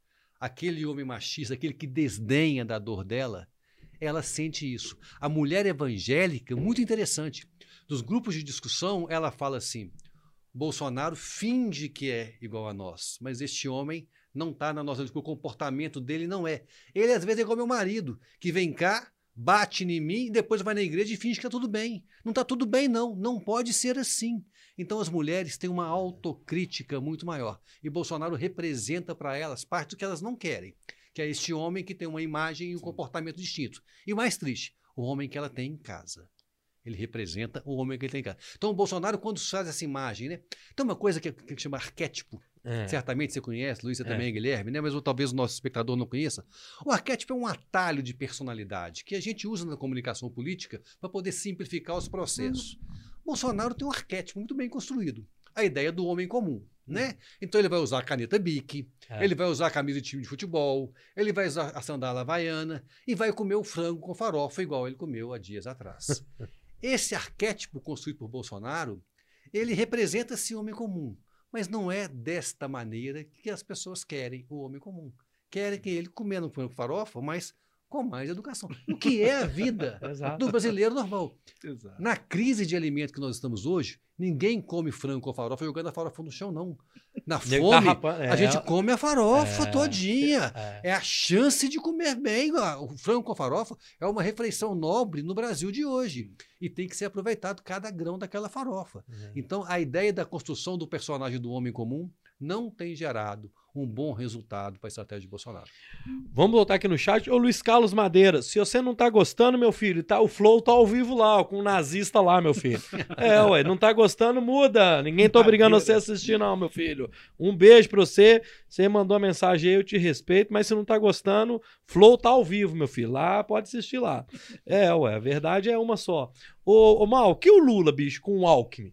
Aquele homem machista, aquele que desdenha da dor dela, ela sente isso. A mulher evangélica, muito interessante. Nos grupos de discussão, ela fala assim: Bolsonaro finge que é igual a nós, mas este homem não está na nossa, o comportamento dele não é. Ele às vezes é igual meu marido, que vem cá, bate em mim e depois vai na igreja e finge que está tudo bem. Não está tudo bem não, não pode ser assim. Então as mulheres têm uma autocrítica muito maior e Bolsonaro representa para elas parte do que elas não querem, que é este homem que tem uma imagem e um comportamento distinto. E o mais triste, o homem que ela tem em casa. Ele representa o homem que ele tem em casa. Então, o Bolsonaro, quando faz essa imagem, né? Tem uma coisa que, que chama arquétipo. É. Certamente você conhece, Luiz, você é. também, Guilherme, né? Mas ou, talvez o nosso espectador não conheça. O arquétipo é um atalho de personalidade que a gente usa na comunicação política para poder simplificar os processos. Hum. Bolsonaro tem um arquétipo muito bem construído. A ideia do homem comum. Né? Então ele vai usar a caneta Bic, é. ele vai usar a camisa de time de futebol, ele vai usar a sandália havaiana e vai comer o frango com farofa igual ele comeu há dias atrás. Esse arquétipo construído por Bolsonaro, ele representa esse homem comum, mas não é desta maneira que as pessoas querem o homem comum. Querem que ele comendo frango com farofa, mas com mais educação. O que é a vida do brasileiro normal. Exato. Na crise de alimento que nós estamos hoje, ninguém come frango com farofa jogando a farofa no chão, não. Na fome, é, a gente come a farofa é, todinha. É. é a chance de comer bem. O frango com farofa é uma refeição nobre no Brasil de hoje. E tem que ser aproveitado cada grão daquela farofa. É. Então, a ideia da construção do personagem do homem comum não tem gerado um bom resultado para a estratégia de Bolsonaro. Vamos voltar aqui no chat. Ô Luiz Carlos Madeira, se você não tá gostando, meu filho, tá, o Flow tá ao vivo lá, ó, com um nazista lá, meu filho. É, ué, não tá gostando, muda. Ninguém tá obrigando você a assistir, não, meu filho. Um beijo pra você. Você mandou a mensagem aí, eu te respeito, mas se não tá gostando, Flow tá ao vivo, meu filho. Lá, pode assistir lá. É, ué, a verdade é uma só. Ô, ô Mal, que o Lula, bicho, com o Alckmin?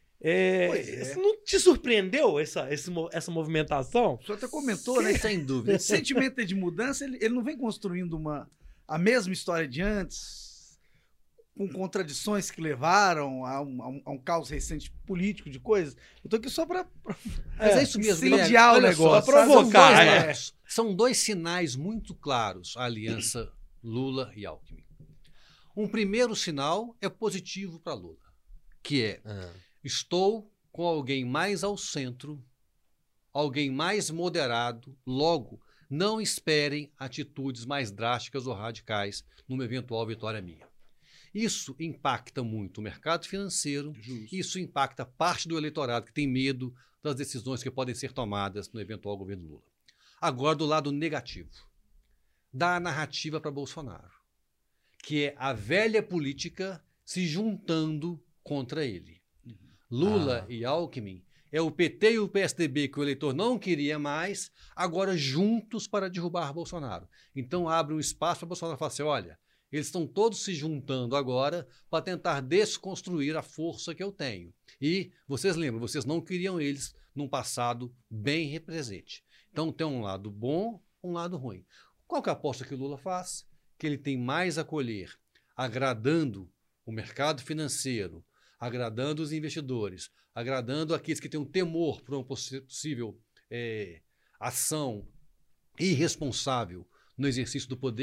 É, é. Não te surpreendeu essa, essa, essa movimentação? O senhor até comentou, né? Sem dúvida. Esse sentimento de mudança, ele, ele não vem construindo uma, a mesma história de antes, com contradições que levaram a um, a um, a um caos recente político de coisas. Eu tô aqui só para é, é isso mesmo, incendiar o negócio. Para provocar. São dois, é. São dois sinais muito claros, a aliança Lula e Alckmin. Um primeiro sinal é positivo para Lula, que é... Ah. Estou com alguém mais ao centro, alguém mais moderado, logo, não esperem atitudes mais drásticas ou radicais numa eventual vitória minha. Isso impacta muito o mercado financeiro, Justo. Isso impacta parte do eleitorado que tem medo das decisões que podem ser tomadas no eventual governo Lula. Agora, do lado negativo, dá a narrativa para Bolsonaro, que é a velha política se juntando contra ele. Lula ah. e Alckmin é o P T e o P S D B que o eleitor não queria mais, agora juntos para derrubar Bolsonaro. Então abre um espaço para Bolsonaro falar assim, olha, eles estão todos se juntando agora para tentar desconstruir a força que eu tenho. E vocês lembram, vocês não queriam eles num passado bem represente. Então tem um lado bom, um lado ruim. Qual que é a aposta que o Lula faz? Que ele tem mais a colher, agradando o mercado financeiro, agradando os investidores, agradando aqueles que têm um temor por uma possível é, ação irresponsável no exercício do poder,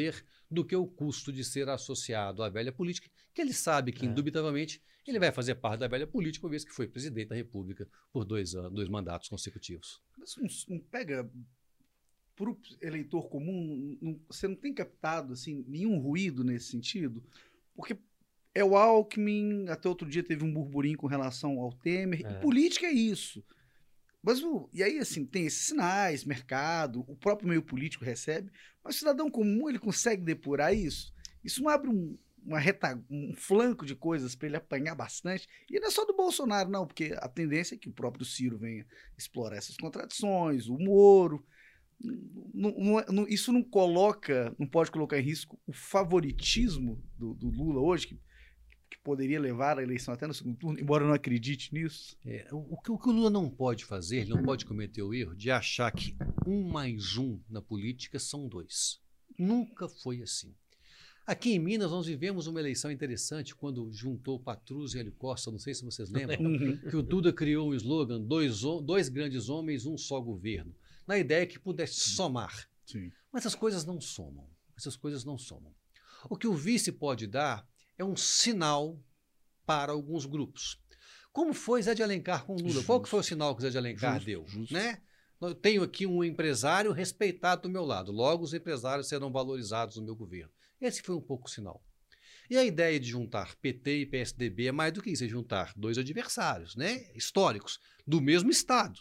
do que o custo de ser associado à velha política, que ele sabe que, é. indubitavelmente, ele vai fazer parte da velha política, uma vez que foi presidente da República por dois anos, dois mandatos consecutivos. Mas não, não pega... Para o eleitor comum, não, você não tem captado assim, nenhum ruído nesse sentido? Porque é o Alckmin, até outro dia teve um burburinho com relação ao Temer, É. e política é isso. Mas, o, e aí, assim, tem esses sinais, mercado, o próprio meio político recebe, mas o cidadão comum, ele consegue depurar isso? Isso não abre um, uma reta, um flanco de coisas para ele apanhar bastante? E não é só do Bolsonaro, não, porque a tendência é que o próprio Ciro venha explorar essas contradições, o Moro... Não, não, não, isso não coloca, não pode colocar em risco o favoritismo do, do Lula hoje, que, que poderia levar a eleição até no segundo turno, embora eu não acredite nisso? É, o, o, que, o que o Lula não pode fazer, ele não pode cometer o erro de achar que um mais um na política são dois. Nunca foi assim. Aqui em Minas nós vivemos uma eleição interessante quando juntou Patrus e Hélio Costa, não sei se vocês lembram, Uhum. que o Duda criou um slogan, dois, dois grandes homens, um só governo, na ideia que pudesse somar. Sim. Mas as coisas não somam. Essas coisas não somam. O que o vice pode dar é um sinal para alguns grupos. Como foi Zé de Alencar com Lula? Justo. Qual que foi o sinal que Zé de Alencar Justo, deu? justo. Né? Eu tenho aqui um empresário respeitado do meu lado. Logo, os empresários serão valorizados no meu governo. Esse foi um pouco o sinal. E a ideia de juntar P T e P S D B é mais do que isso, é juntar dois adversários, né, históricos, do mesmo estado.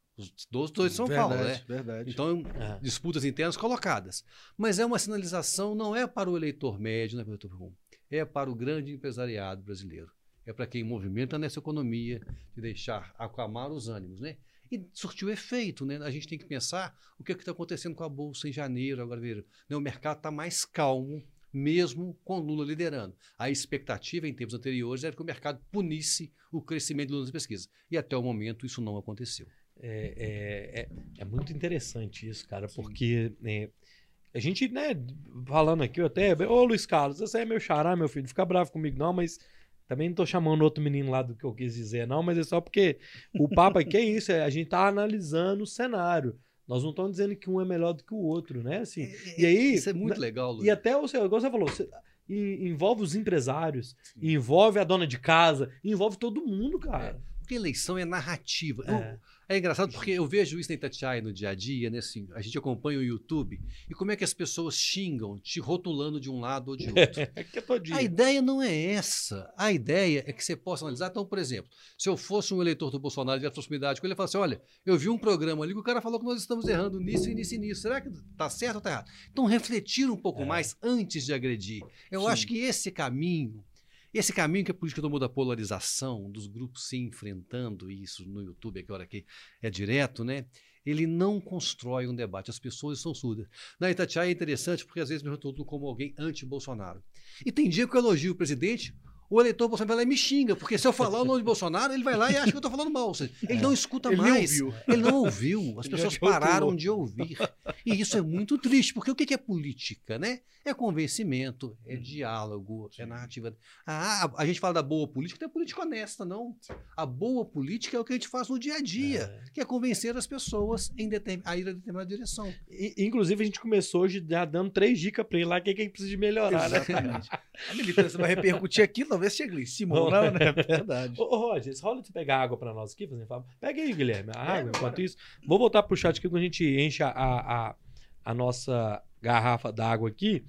Os dois de São Verdade, Paulo, né? Verdade. Então, É. disputas internas colocadas. Mas é uma sinalização, não é para o eleitor médio, não é para o eleitor comum, é para o grande empresariado brasileiro. É para quem movimenta nessa economia, de deixar acalmar os ânimos, né? E surtiu efeito, né? A gente tem que pensar o que é está acontecendo com a Bolsa em janeiro, agora, veja, né? O mercado está mais calmo, mesmo com Lula liderando. A expectativa em tempos anteriores era que o mercado punisse o crescimento de Lula nas pesquisas. E até o momento isso não aconteceu. É, é, é, é muito interessante isso, cara, porque é, a gente, né, falando aqui, eu até, ô Luiz Carlos, você é meu xará, meu filho, fica bravo comigo não, mas também não tô chamando outro menino lá do que eu quis dizer não, mas é só porque o papo aqui é isso, é, a gente tá analisando o cenário, nós não estamos dizendo que um é melhor do que o outro, né, assim, e aí... Isso é muito legal, Luiz. E até, o seu, igual você falou, você, e, envolve os empresários, envolve a dona de casa, envolve todo mundo, cara. É, porque eleição é narrativa. Eu, É. É engraçado porque eu vejo isso na Itatiaia no dia a dia, né? Assim, a gente acompanha o YouTube e como é que as pessoas xingam, te rotulando de um lado ou de outro. É que é todo dia. A ideia não é essa. A ideia é que você possa analisar. Então, por exemplo, se eu fosse um eleitor do Bolsonaro e tivesse proximidade com ele, eu falasse assim, olha, eu vi um programa ali que o cara falou que nós estamos errando nisso e nisso e nisso. Será que está certo ou está errado? Então, refletir um pouco É. mais antes de agredir. Eu Sim. acho que esse caminho... Esse caminho que a política tomou da polarização, dos grupos se enfrentando, e isso no YouTube, que hora que é direto, né? Ele não constrói um debate, as pessoas são surdas. Na Itatiaia é interessante porque às vezes me rotulam como alguém anti-Bolsonaro. E tem dia que eu elogio o presidente, o eleitor Bolsonaro vai lá e me xinga, porque se eu falar o nome de Bolsonaro, ele vai lá e acha que eu estou falando mal. Ou seja, ele não escuta Ele nem mais. ouviu. Ele não ouviu. As Ele pessoas já te rotulou. pararam de ouvir. E isso é muito triste, porque o que é política, né? É convencimento, é diálogo, é narrativa. Ah, a, a gente fala da boa política, não é política honesta, não. A boa política é o que a gente faz no dia a dia, É. que é convencer as pessoas em determin, a ir a determinada direção. E- inclusive, a gente começou hoje já dando três dicas pra ele lá, o que, que a gente precisa de melhorar, né? Exatamente. A militância vai repercutir aqui, talvez chegue lá em cima ou não, né? É verdade. Ô, ô Roger, rola de pegar água pra nós aqui, fazendo favor. Pega aí, Guilherme, a água, Pega, enquanto bora. isso. Vou voltar pro chat aqui quando a gente enche a, a, a nossa garrafa d'água aqui.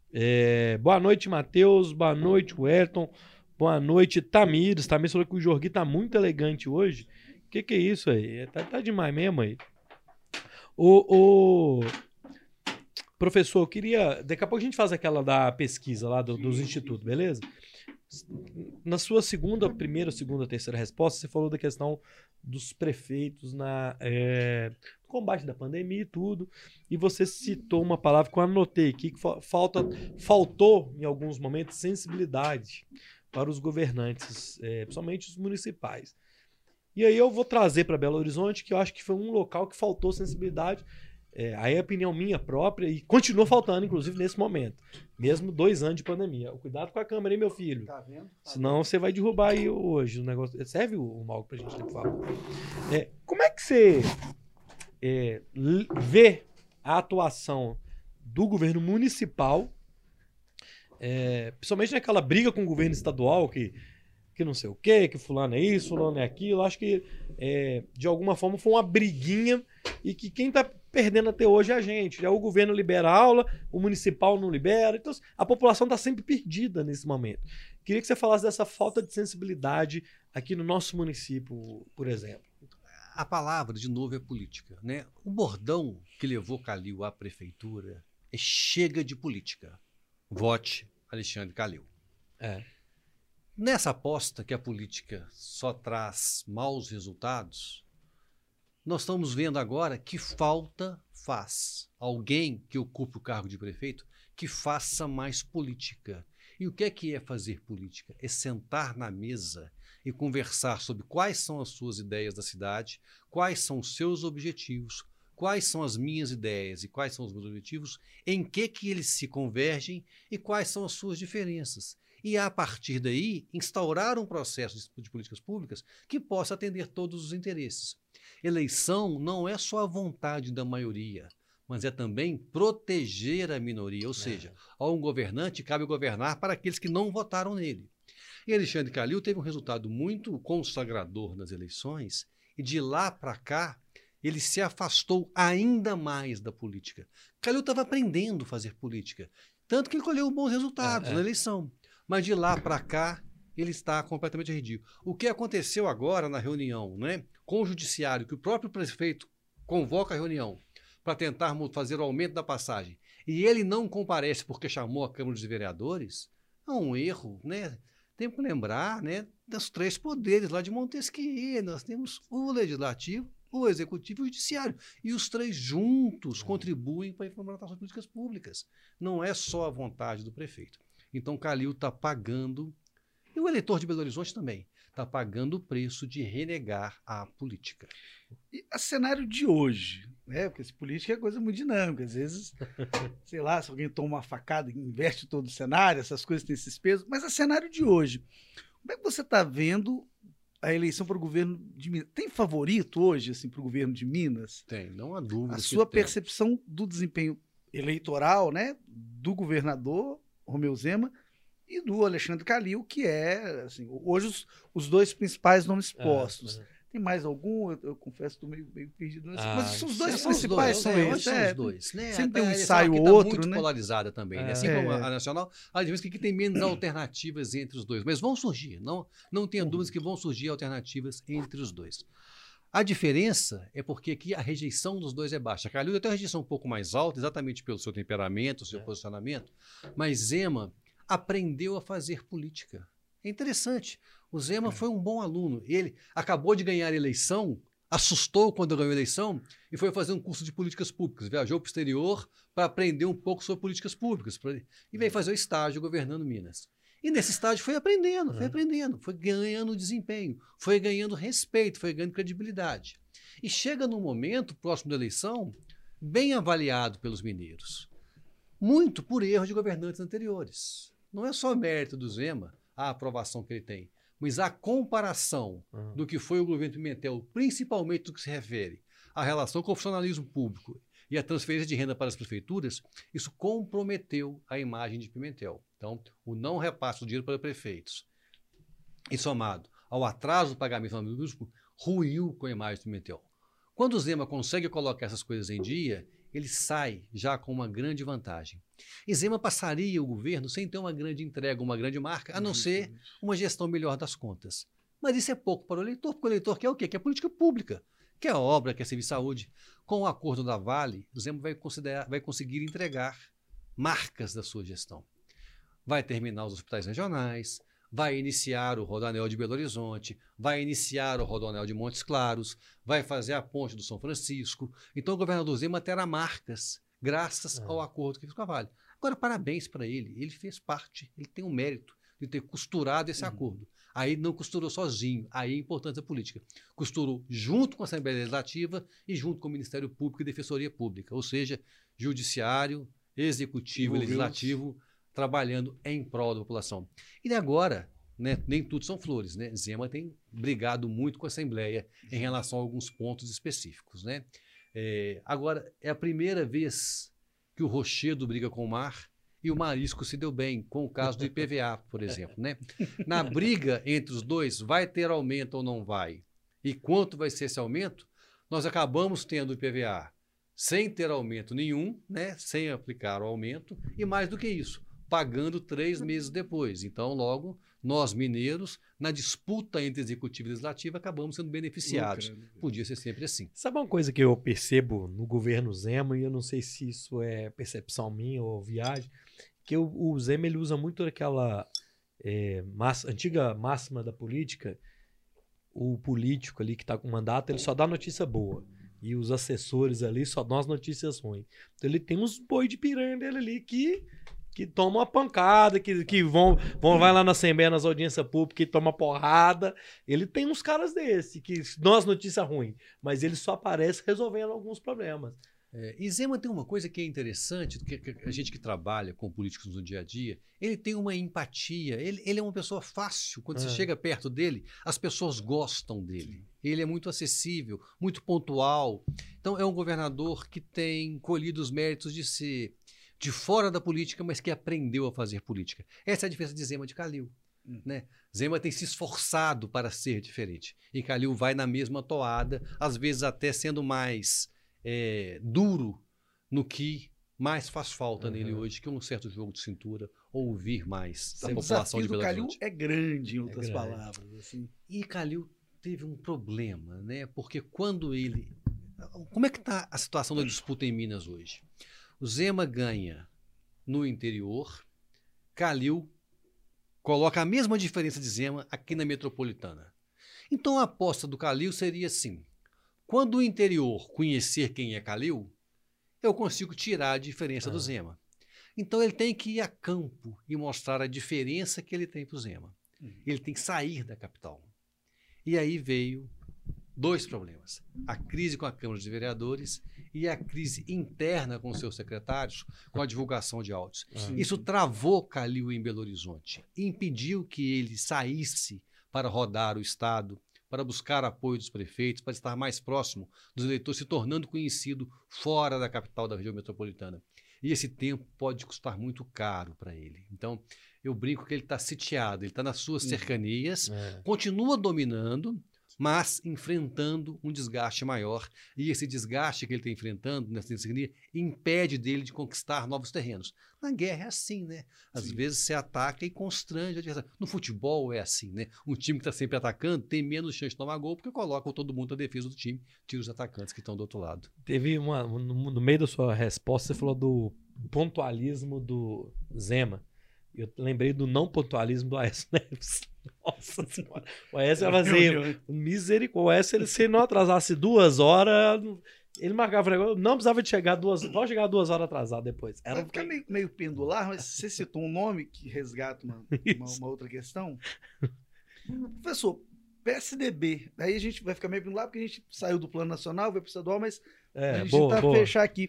É, boa noite, Matheus. Boa noite, Wellington. Boa noite, Tamires. Tamires falou que o Jorgui tá muito elegante hoje. O que, que é isso aí? Tá, tá demais mesmo aí. Ô, ô, professor, eu queria. Daqui a pouco a gente faz aquela da pesquisa lá do- dos institutos, beleza? Na sua segunda, primeira, segunda, terceira resposta, você falou da questão dos prefeitos na é, no combate da pandemia e tudo, e você citou uma palavra que eu anotei aqui, que fa- falta, faltou em alguns momentos sensibilidade para os governantes, é, principalmente os municipais. E aí eu vou trazer para Belo Horizonte, que eu acho que foi um local que faltou sensibilidade. É, aí é opinião minha própria e continua faltando, inclusive, nesse momento. Mesmo dois anos de pandemia. Cuidado com a câmera, hein, meu filho? Tá vendo? Senão você vai derrubar aí hoje o negócio. Serve o, o Malco pra gente, por favor. É, como é que você é, l- vê a atuação do governo municipal é, principalmente naquela briga com o governo estadual, que, que não sei o quê, que fulano é isso, fulano é aquilo. Acho que, é, de alguma forma, foi uma briguinha e que quem está perdendo até hoje é a gente. Já o governo libera aula, o municipal não libera. Então, a população está sempre perdida nesse momento. Queria que você falasse dessa falta de sensibilidade aqui no nosso município, por exemplo. A palavra, de novo, é política, né? O bordão que levou Calil à prefeitura é chega de política. Vote Alexandre Calil. É. Nessa aposta que a política só traz maus resultados, nós estamos vendo agora que falta faz alguém que ocupe o cargo de prefeito que faça mais política. E o que é que é fazer política? É sentar na mesa e conversar sobre quais são as suas ideias da cidade, quais são os seus objetivos, quais são as minhas ideias e quais são os meus objetivos, em que, que eles se convergem e quais são as suas diferenças. E, a partir daí, instaurar um processo de, de políticas públicas que possa atender todos os interesses. Eleição não é só a vontade da maioria, mas é também proteger a minoria, ou seja, a um governante cabe governar para aqueles que não votaram nele. E Alexandre Calil teve um resultado muito consagrador nas eleições e de lá para cá ele se afastou ainda mais da política. Calil estava aprendendo a fazer política, tanto que ele colheu bons resultados é, é. na eleição. Mas de lá para cá ele está completamente ridículo. O que aconteceu agora na reunião, né, com o judiciário, que o próprio prefeito convoca a reunião para tentar fazer o aumento da passagem e ele não comparece porque chamou a Câmara dos Vereadores, é um erro, né? Tem que lembrar, né, dos três poderes lá de Montesquieu. Nós temos o legislativo, o executivo e o judiciário. E os três juntos contribuem para a implementação das políticas públicas. Não é só a vontade do prefeito. Então, Calil está pagando, e o eleitor de Belo Horizonte também, está pagando o preço de renegar a política. E o cenário de hoje, né? Porque essa política é coisa muito dinâmica. Às vezes, sei lá, se alguém toma uma facada e inverte todo o cenário, essas coisas têm esses pesos. Mas o cenário de hoje, como é que você está vendo a eleição para o governo de Minas? Tem favorito hoje assim, para o governo de Minas? Tem, não há dúvida. A sua percepção do desempenho eleitoral, né, do governador Romeu Zema e do Alexandre Calil, que é, assim, hoje os, os dois principais nomes postos. É, é. Tem mais algum? Eu, eu confesso, estou meio, meio perdido. Ah, mas os dois são principais os dois, são é, esses. É, são os dois. Né? Sempre tem um a ensaio ou outro, tá muito né? polarizada também. É. Né? Assim como a, a Nacional, a gente vê que tem menos alternativas entre os dois. Mas vão surgir. Não, não tenha dúvidas que vão surgir alternativas entre os dois. A diferença é porque aqui a rejeição dos dois é baixa. Calil tem uma rejeição um pouco mais alta, exatamente pelo seu temperamento, seu é. posicionamento. Mas Zema aprendeu a fazer política. É interessante. O Zema é. foi um bom aluno. Ele acabou de ganhar a eleição, assustou quando ganhou a eleição e foi fazer um curso de políticas públicas. Viajou para o exterior para aprender um pouco sobre políticas públicas. Pra... E veio fazer o estágio governando Minas. E nesse estágio foi aprendendo, foi é. aprendendo, foi ganhando desempenho, foi ganhando respeito, foi ganhando credibilidade. E chega num momento, próximo da eleição, bem avaliado pelos mineiros. Muito por erros de governantes anteriores. Não é só mérito do Zema a aprovação que ele tem, mas a comparação uhum. do que foi o governo Pimentel, principalmente do que se refere à relação com o funcionalismo público e a transferência de renda para as prefeituras, isso comprometeu a imagem de Pimentel. Então, o não repasse do dinheiro para prefeitos e somado ao atraso do pagamento do funcionalismo público, ruiu com a imagem de Pimentel. Quando o Zema consegue colocar essas coisas em dia, ele sai já com uma grande vantagem. E Zema passaria o governo sem ter uma grande entrega, uma grande marca, a não ser uma gestão melhor das contas. Mas isso é pouco para o eleitor, porque o eleitor quer o quê? Quer política pública, quer obra, quer serviço de saúde. Com o acordo da Vale, o Zema vai, considerar, vai conseguir entregar marcas da sua gestão. Vai terminar os hospitais regionais, vai iniciar o Rodoanel de Belo Horizonte, vai iniciar o Rodoanel de Montes Claros, vai fazer a ponte do São Francisco. Então o governador Zema terá marcas graças é. ao acordo que fez com a Vale. Agora, parabéns para ele. Ele fez parte, ele tem o mérito de ter costurado esse uhum. acordo. Aí não costurou sozinho, aí é a importância política. Costurou junto com a Assembleia Legislativa e junto com o Ministério Público e Defensoria Pública, ou seja, Judiciário, Executivo e Legislativo trabalhando em prol da população. E agora, né, nem tudo são flores, né? Zema tem brigado muito com a Assembleia em relação a alguns pontos específicos, né? É, agora, é a primeira vez que o Rochedo briga com o Mar e o Marisco se deu bem, com o caso do I P V A, por exemplo, né? Na briga entre os dois, vai ter aumento ou não vai? E quanto vai ser esse aumento? Nós acabamos tendo o I P V A sem ter aumento nenhum, né? Sem aplicar o aumento, e mais do que isso, pagando três meses depois. Então, logo, nós mineiros, na disputa entre executivo e legislativo, acabamos sendo beneficiados. Lucra, né? Podia ser sempre assim. Sabe uma coisa que eu percebo no governo Zema, e eu não sei se isso é percepção minha ou viagem, que o, o Zema ele usa muito aquela é, massa, antiga máxima da política, o político ali que está com mandato, ele só dá notícia boa. E os assessores ali só dão as notícias ruins. Então ele tem uns boi de piranha dele ali que, que tomam uma pancada, que, que vão, vão vai lá na Assembleia, nas audiências públicas, que toma porrada. Ele tem uns caras desse, que dão as notícias ruins, mas ele só aparece resolvendo alguns problemas. É, e Zema tem uma coisa que é interessante, que, que a gente que trabalha com políticos no dia a dia, ele tem uma empatia, ele, ele é uma pessoa fácil, quando É. você chega perto dele, as pessoas gostam dele. Ele é muito acessível, muito pontual. Então é um governador que tem colhido os méritos de ser de fora da política, mas que aprendeu a fazer política. Essa é a diferença de Zema de Calil. Hum. Né? Zema tem se esforçado para ser diferente. E Calil vai na mesma toada, às vezes até sendo mais é, duro no que mais faz falta Uhum. nele hoje, que um certo jogo de cintura, ou ouvir mais da O população desafio de do Belo Calil Horizonte. é grande, em outras grande. palavras. Assim. E Calil teve um problema, né? Porque quando ele... Como é que está a situação da disputa em Minas hoje? O Zema ganha no interior, Calil coloca a mesma diferença de Zema aqui na metropolitana. Então a aposta do Calil seria assim: quando o interior conhecer quem é Calil, eu consigo tirar a diferença Ah. do Zema. Então ele tem que ir a campo e mostrar a diferença que ele tem para o Zema. Ele tem que sair da capital. E aí veio dois problemas: a crise com a Câmara de Vereadores e a crise interna com seus secretários, com a divulgação de áudios. Sim. Isso travou Calil em Belo Horizonte, impediu que ele saísse para rodar o Estado, para buscar apoio dos prefeitos, para estar mais próximo dos eleitores, se tornando conhecido fora da capital da região metropolitana. E esse tempo pode custar muito caro para ele. Então, eu brinco que ele está sitiado, ele está nas suas cercanias, É. continua dominando, mas enfrentando um desgaste maior. E esse desgaste que ele está enfrentando nessa cercania impede dele de conquistar novos terrenos. Na guerra é assim, né? Às Sim. vezes você ataca e constrange o adversário. No futebol é assim, né? Um time que está sempre atacando tem menos chance de tomar gol porque coloca todo mundo na defesa do time, tira os atacantes que estão do outro lado. Teve uma. No, no meio da sua resposta, você falou do pontualismo do Zema. Eu lembrei do não pontualismo do Aécio Neves. Nossa senhora. O Aécio ia fazer misericórdia. O Aécio, ele, se ele não atrasasse duas horas, ele marcava o negócio. Não precisava de chegar duas. Pode chegar duas horas atrasado depois. Era Vai ficar meio, meio pendular, mas você citou um nome que resgata uma, uma, uma outra questão. Professor, P S D B. Aí a gente vai ficar meio pendular porque a gente saiu do plano nacional, veio para o estadual, mas É, a gente boa, tá boa. fechar aqui.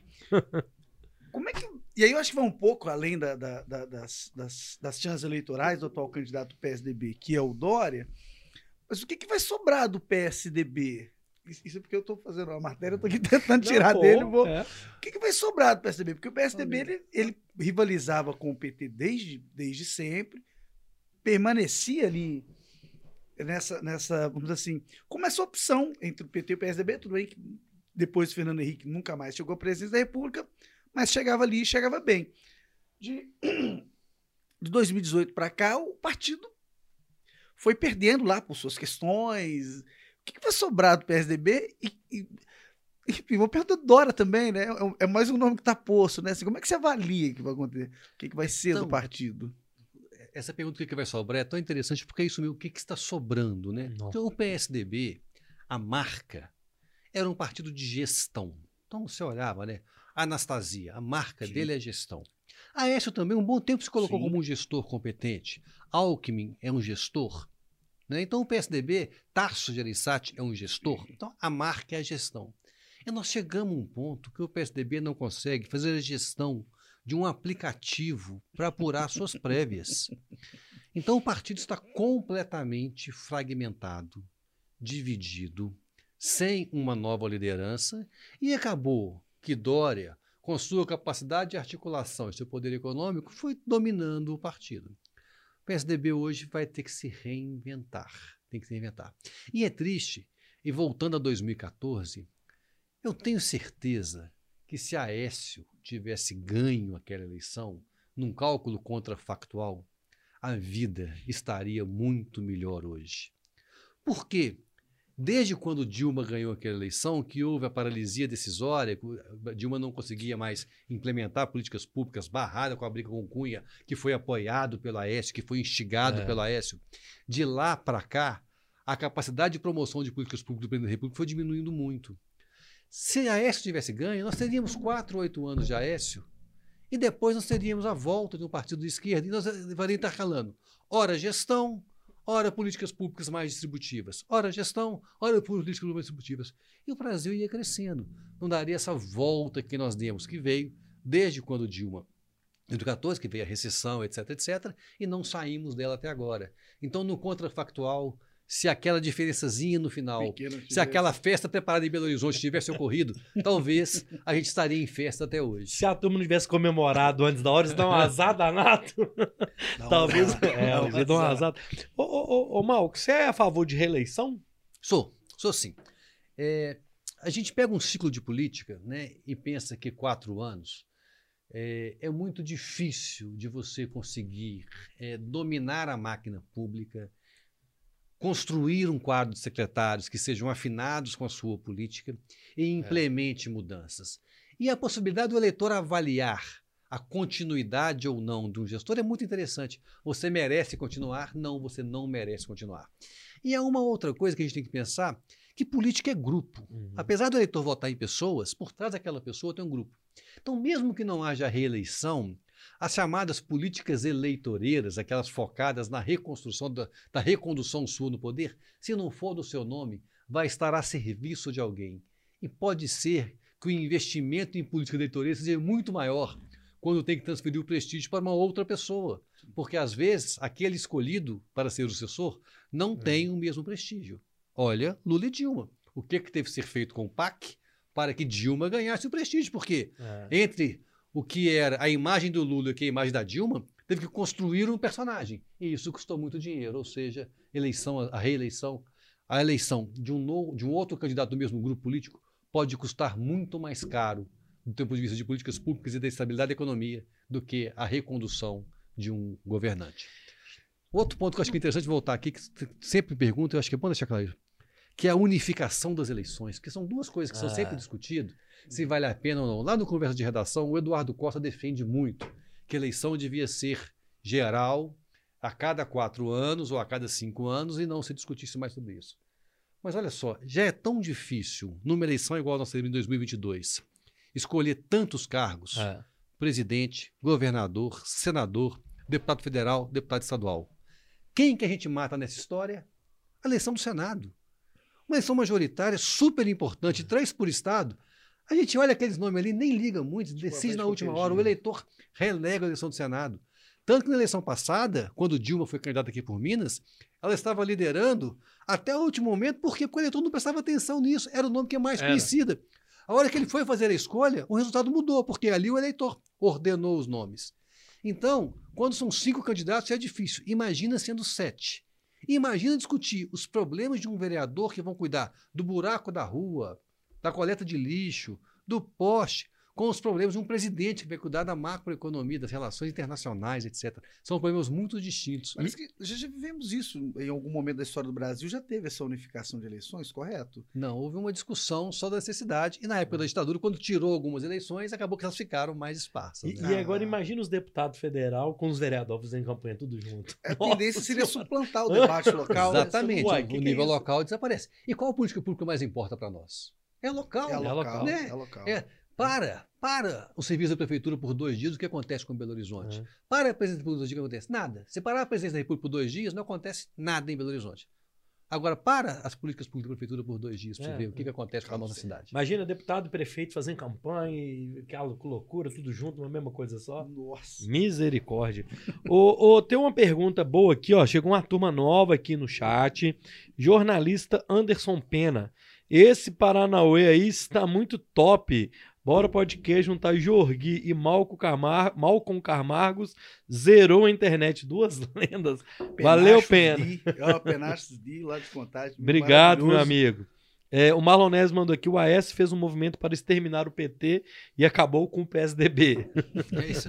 Como é que. E aí eu acho que vai um pouco além da, da- da- das, das, das chances eleitorais do atual candidato do P S D B, que é o Dória. Mas o que, que vai sobrar do P S D B? Isso é porque eu estou fazendo uma matéria, eu estou aqui tentando Não, tirar pô, dele. Vou... é. O que, que vai sobrar do P S D B? Porque o P S D B ele, ele rivalizava com o P T desde, desde sempre, permanecia ali nessa, nessa, vamos dizer assim, como essa opção entre o P T e o P S D B. Tudo bem que depois o Fernando Henrique nunca mais chegou à presidência da República, mas chegava ali e chegava bem. De, de dois mil e dezoito para cá, o partido foi perdendo lá por suas questões. O que, que vai sobrar do P S D B? E, e, e vou perguntar do Dória também, né? É, é mais um nome que está posto, né? Assim, como é que você avalia que vai acontecer? O que, que vai ser Então, do partido? Essa pergunta, o que que vai sobrar, é tão interessante porque é isso mesmo, o que, que está sobrando, né? Nossa. Então, o P S D B, a marca, era um partido de gestão. Então, você olhava, né? Anastasia, a marca Sim. dele é gestão. Aécio também, um bom tempo se colocou Sim. como um gestor competente. Alckmin é um gestor. Né? Então, o P S D B, Tarso Gereissati é um gestor. Então, a marca é a gestão. E nós chegamos a um ponto que o P S D B não consegue fazer a gestão de um aplicativo para apurar suas prévias. Então, o partido está completamente fragmentado, dividido, sem uma nova liderança, e acabou que Dória, com sua capacidade de articulação e seu poder econômico, foi dominando o partido. O P S D B hoje vai ter que se reinventar. Tem que se reinventar. E é triste, e voltando a dois mil e quatorze, eu tenho certeza que se Aécio tivesse ganho aquela eleição, num cálculo contrafactual, a vida estaria muito melhor hoje. Por quê? Desde quando Dilma ganhou aquela eleição, que houve a paralisia decisória, Dilma não conseguia mais implementar políticas públicas, barrada com a briga com Cunha, que foi apoiado pelo Aécio, que foi instigado É. pelo Aécio. De lá para cá, a capacidade de promoção de políticas públicas do presidente da República foi diminuindo muito. Se Aécio tivesse ganho, nós teríamos quatro, oito anos de Aécio, e depois nós teríamos a volta de um partido de esquerda, e nós varíamos intercalando. Ora gestão, ora políticas públicas mais distributivas, ora gestão, ora políticas públicas mais distributivas. E o Brasil ia crescendo. Não daria essa volta que nós demos, que veio desde quando Dilma, em dois mil e quatorze, que veio a recessão, etc, etcétera, e não saímos dela até agora. Então, no contrafactual, se aquela diferençazinha no final, Pequeno se aquela festa preparada em Belo Horizonte tivesse ocorrido, talvez a gente estaria em festa até hoje. Se a turma não tivesse comemorado antes da hora, isso dá um azar danado. Dá um Talvez. azar. É, Dá um isso dá um azar. azar. Ô, ô, ô, ô Malco, você é a favor de reeleição? Sou, sou sim. É, a gente pega um ciclo de política, né, e pensa que quatro anos é, é muito difícil de você conseguir é, dominar a máquina pública, construir um quadro de secretários que sejam afinados com a sua política e implemente mudanças. E a possibilidade do eleitor avaliar a continuidade ou não de um gestor é muito interessante. Você merece continuar? Não, você não merece continuar. E há uma outra coisa que a gente tem que pensar, que política é grupo. Uhum. Apesar do eleitor votar em pessoas, por trás daquela pessoa tem um grupo. Então, mesmo que não haja reeleição, as chamadas políticas eleitoreiras, aquelas focadas na reconstrução, da, da recondução sua no poder, se não for do seu nome, vai estar a serviço de alguém. E pode ser que o investimento em política eleitoreira seja muito maior quando tem que transferir o prestígio para uma outra pessoa. Porque, às vezes, aquele escolhido para ser o sucessor não É. tem o mesmo prestígio. Olha, Lula e Dilma. O que, que teve que ser feito com o P A C para que Dilma ganhasse o prestígio? Porque É. entre o que era a imagem do Lula e a imagem da Dilma, teve que construir um personagem. E isso custou muito dinheiro, ou seja, eleição, a reeleição, a eleição de um, novo, de um outro candidato do mesmo grupo político pode custar muito mais caro, do ponto de vista de políticas públicas e da estabilidade da economia, do que a recondução de um governante. Outro ponto que eu acho que é interessante voltar aqui, que sempre me pergunto, eu acho que é bom deixar claro, que é a unificação das eleições, que são duas coisas que são Ah. sempre discutidas, se vale a pena ou não. Lá no Conversa de Redação, o Eduardo Costa defende muito que a eleição devia ser geral, a cada quatro anos ou a cada cinco anos, e não se discutisse mais sobre isso. Mas olha só, já é tão difícil, numa eleição igual nós teremos em dois mil e vinte e dois, escolher tantos cargos, É. presidente, governador, senador, deputado federal, deputado estadual. Quem que a gente mata nessa história? A eleição do Senado. Uma eleição majoritária super importante, três por estado. A gente olha aqueles nomes ali, nem liga muito, decide na última hora. O eleitor relega a eleição do Senado. Tanto que na eleição passada, quando Dilma foi candidata aqui por Minas, ela estava liderando até o último momento, porque o eleitor não prestava atenção nisso, era o nome que é mais Era. conhecido. A hora que ele foi fazer a escolha, o resultado mudou, porque ali o eleitor ordenou os nomes. Então, quando são cinco candidatos, é difícil. Imagina sendo sete. Imagina discutir os problemas de um vereador que vão cuidar do buraco da rua, da coleta de lixo, do poste, com os problemas de um presidente que vai cuidar da macroeconomia, das relações internacionais, etcétera. São problemas muito distintos. Parece que já, já vivemos isso em algum momento da história do Brasil, já teve essa unificação de eleições, correto? Não, houve uma discussão só da necessidade. E na época da ditadura, quando tirou algumas eleições, acabou que elas ficaram mais esparsas. E, né? e agora imagina os deputados federal com os vereadores em campanha, tudo junto. A Nossa tendência seria Senhora. suplantar o debate local. né? Exatamente. Uai, o que que nível é isso? local desaparece. E qual política pública mais importa para nós? É local. É local, local, é né? local. É, para, para o serviço da prefeitura por dois dias, o que acontece com Belo Horizonte? É. Para a presidência da República por dois dias, o que acontece? Nada. Se parar a presidência da República por dois dias, não acontece nada em Belo Horizonte. Agora, para as políticas públicas da prefeitura por dois dias, para É, você ver o que, que acontece com a Calma, nossa sim. cidade. Imagina deputado e prefeito fazendo campanha e aquela loucura, tudo junto, uma mesma coisa só. Nossa. Misericórdia. ô, ô, tem uma pergunta boa aqui, ó. Chegou uma turma nova aqui no chat. Jornalista Anderson Pena. Esse Paranauê aí está muito top. Bora podcast juntar Jorgui e Malco Camar... Malcom Camargos. Zerou a internet. Duas lendas. Valeu, Pena. Ó, Penachos D, lá de Contagem. Obrigado, meu amigo. É, o Marlon Neves mandou aqui, o Aécio fez um movimento para exterminar o P T e acabou com o P S D B. É isso.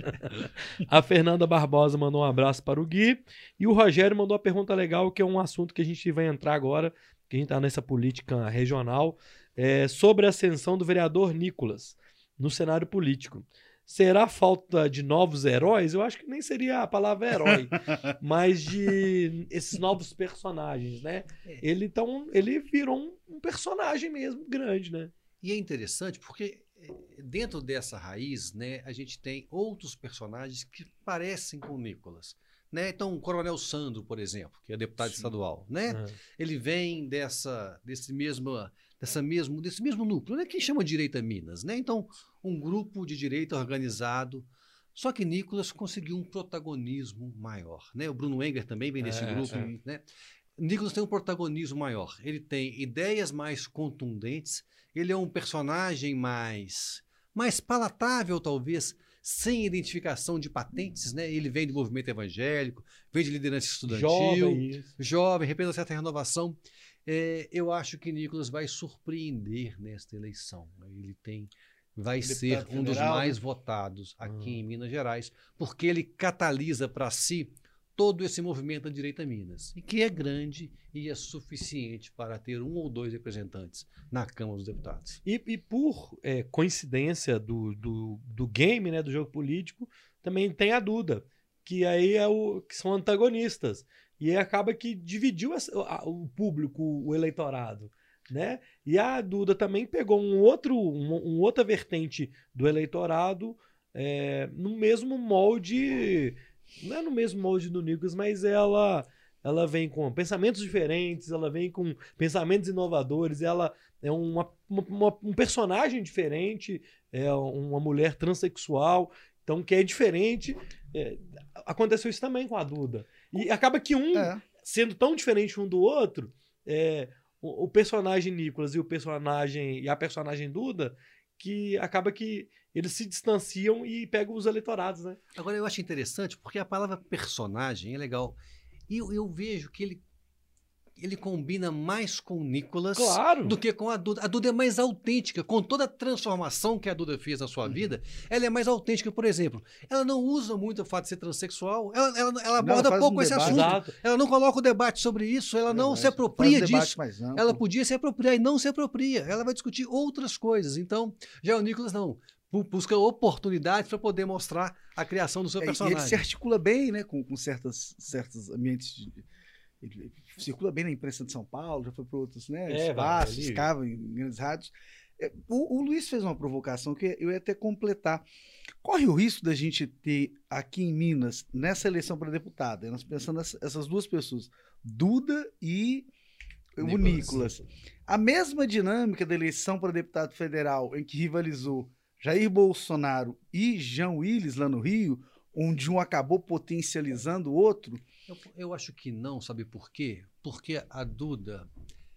A Fernanda Barbosa mandou um abraço para o Gui. E o Rogério mandou uma pergunta legal, que é um assunto que a gente vai entrar agora, que a gente está nessa política regional, é, sobre a ascensão do vereador Nicolas no cenário político. Será falta de novos heróis? Eu acho que nem seria a palavra herói, mas de esses novos personagens, né? Ele, então, ele virou um, um personagem mesmo grande, né? E é interessante porque dentro dessa raiz, né, a gente tem outros personagens que parecem com o Nicolas. Né? Então, o Coronel Sandro, por exemplo, que é deputado Sim. estadual, né? Uhum. Ele vem dessa, desse mesmo, dessa mesmo, desse mesmo núcleo, né? Que chama Direita Minas, né? Então, um grupo de direita organizado. Só que Nicolas conseguiu um protagonismo maior, né? O Bruno Enger também vem desse É, grupo, é. né? Nicolas tem um protagonismo maior. Ele tem ideias mais contundentes. Ele é um personagem mais, mais palatável, talvez, sem identificação de patentes, né? Ele vem do movimento evangélico, vem de liderança estudantil, Jovem, isso. jovem, representa certa renovação. É, eu acho que Nicolas vai surpreender nesta eleição. Ele tem, vai Deputado ser um dos federal, mais né? votados aqui Hum. em Minas Gerais, porque ele catalisa para si todo esse movimento da direita Minas, e que é grande e é suficiente para ter um ou dois representantes na Câmara dos Deputados. E, e por é, coincidência do, do, do game, né, do jogo político, também tem a Duda, que aí é o, que são antagonistas. E aí acaba que dividiu essa- a- o público, o eleitorado. Né? E a Duda também pegou um outro, um, um outra vertente do eleitorado é, no mesmo molde, não é no mesmo molde do Nicolas, mas ela, ela vem com pensamentos diferentes, ela vem com pensamentos inovadores, ela é uma, uma- um personagem diferente, é uma mulher transexual, então que é diferente. É, aconteceu isso também com a Duda. E acaba que um, É. sendo tão diferente um do outro, é, o, o personagem Nicolas e o personagem e a personagem Duda, que acaba que eles se distanciam e pegam os eleitorados, né? Agora, eu acho interessante porque a palavra personagem é legal. E eu, eu vejo que ele, ele combina mais com o Nicolas Claro. do que com a Duda. A Duda é mais autêntica, com toda a transformação que a Duda fez na sua vida, ela é mais autêntica. Por exemplo, ela não usa muito o fato de ser transexual, ela, ela, ela Não, aborda faz pouco um esse debate. assunto. Exato. Ela não coloca o debate sobre isso, ela não Mas se apropria faz um debate disso. mais amplo. Ela podia se apropriar e não se apropria. Ela vai discutir outras coisas. Então, já o Nicolas não. Bu- Busca oportunidades para poder mostrar a criação do seu É, e personagem. ele se articula bem, né, com, com certas, certos ambientes. De, ele circula bem na imprensa de São Paulo, já foi para outros, né, É, espaços, vai, ele- escava em grandes rádios. É, o, o Luiz fez uma provocação que eu ia até completar. Corre o risco da gente ter aqui em Minas, nessa eleição para deputado, nós pensando nessa- essas duas pessoas, Duda e o Nicolas. Nicolas, a mesma dinâmica da eleição para deputado federal, em que rivalizou Jair Bolsonaro e Jean Willis lá no Rio, onde um acabou potencializando o outro. Eu, eu acho que não, sabe por quê? Porque a Duda,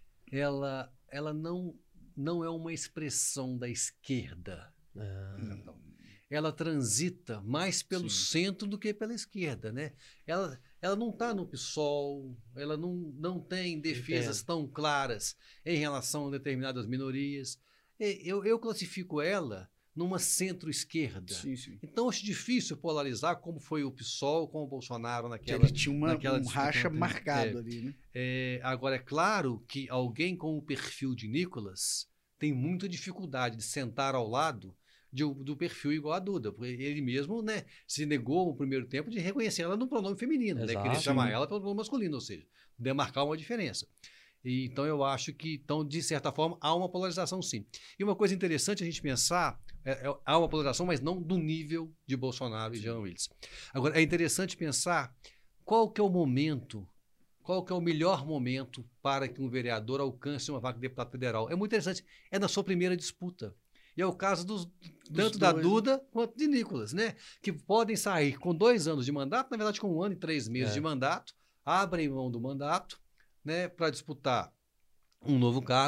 ela, ela não, não é uma expressão da esquerda. Ah, Ela transita mais pelo Sim. centro do que pela esquerda, né? Ela, ela não está no PSOL, ela não, não tem defesas Entendo. tão claras em relação a determinadas minorias. E Eu, eu classifico ela numa centro-esquerda. Sim, sim. Então, acho difícil polarizar como foi o PSOL com o Bolsonaro Que naquela... ele tinha uma, naquela um disputa racha anterior. marcado É. ali, né? É, agora, é claro que alguém com o perfil de Nicolas tem muita dificuldade de sentar ao lado de, do perfil igual a Duda, porque ele mesmo, né, se negou no primeiro tempo de reconhecer ela no pronome feminino, né, que ele Exato. chama ela pelo pronome masculino, ou seja, demarcar uma diferença. E, então eu acho que, então, de certa forma, há uma polarização sim. E uma coisa interessante a gente pensar, é, é, há uma polarização, mas não do nível de Bolsonaro e Jean Willis. Agora, é interessante pensar qual que é o momento, qual que é o melhor momento para que um vereador alcance uma vaga de deputado federal. É muito interessante, é na sua primeira disputa. E é o caso dos, tanto da dois, Duda quanto de Nicolas, né? Que podem sair com dois anos de mandato, na verdade com um ano e três meses É. de mandato, abrem mão do mandato, né, para disputar um novo cargo,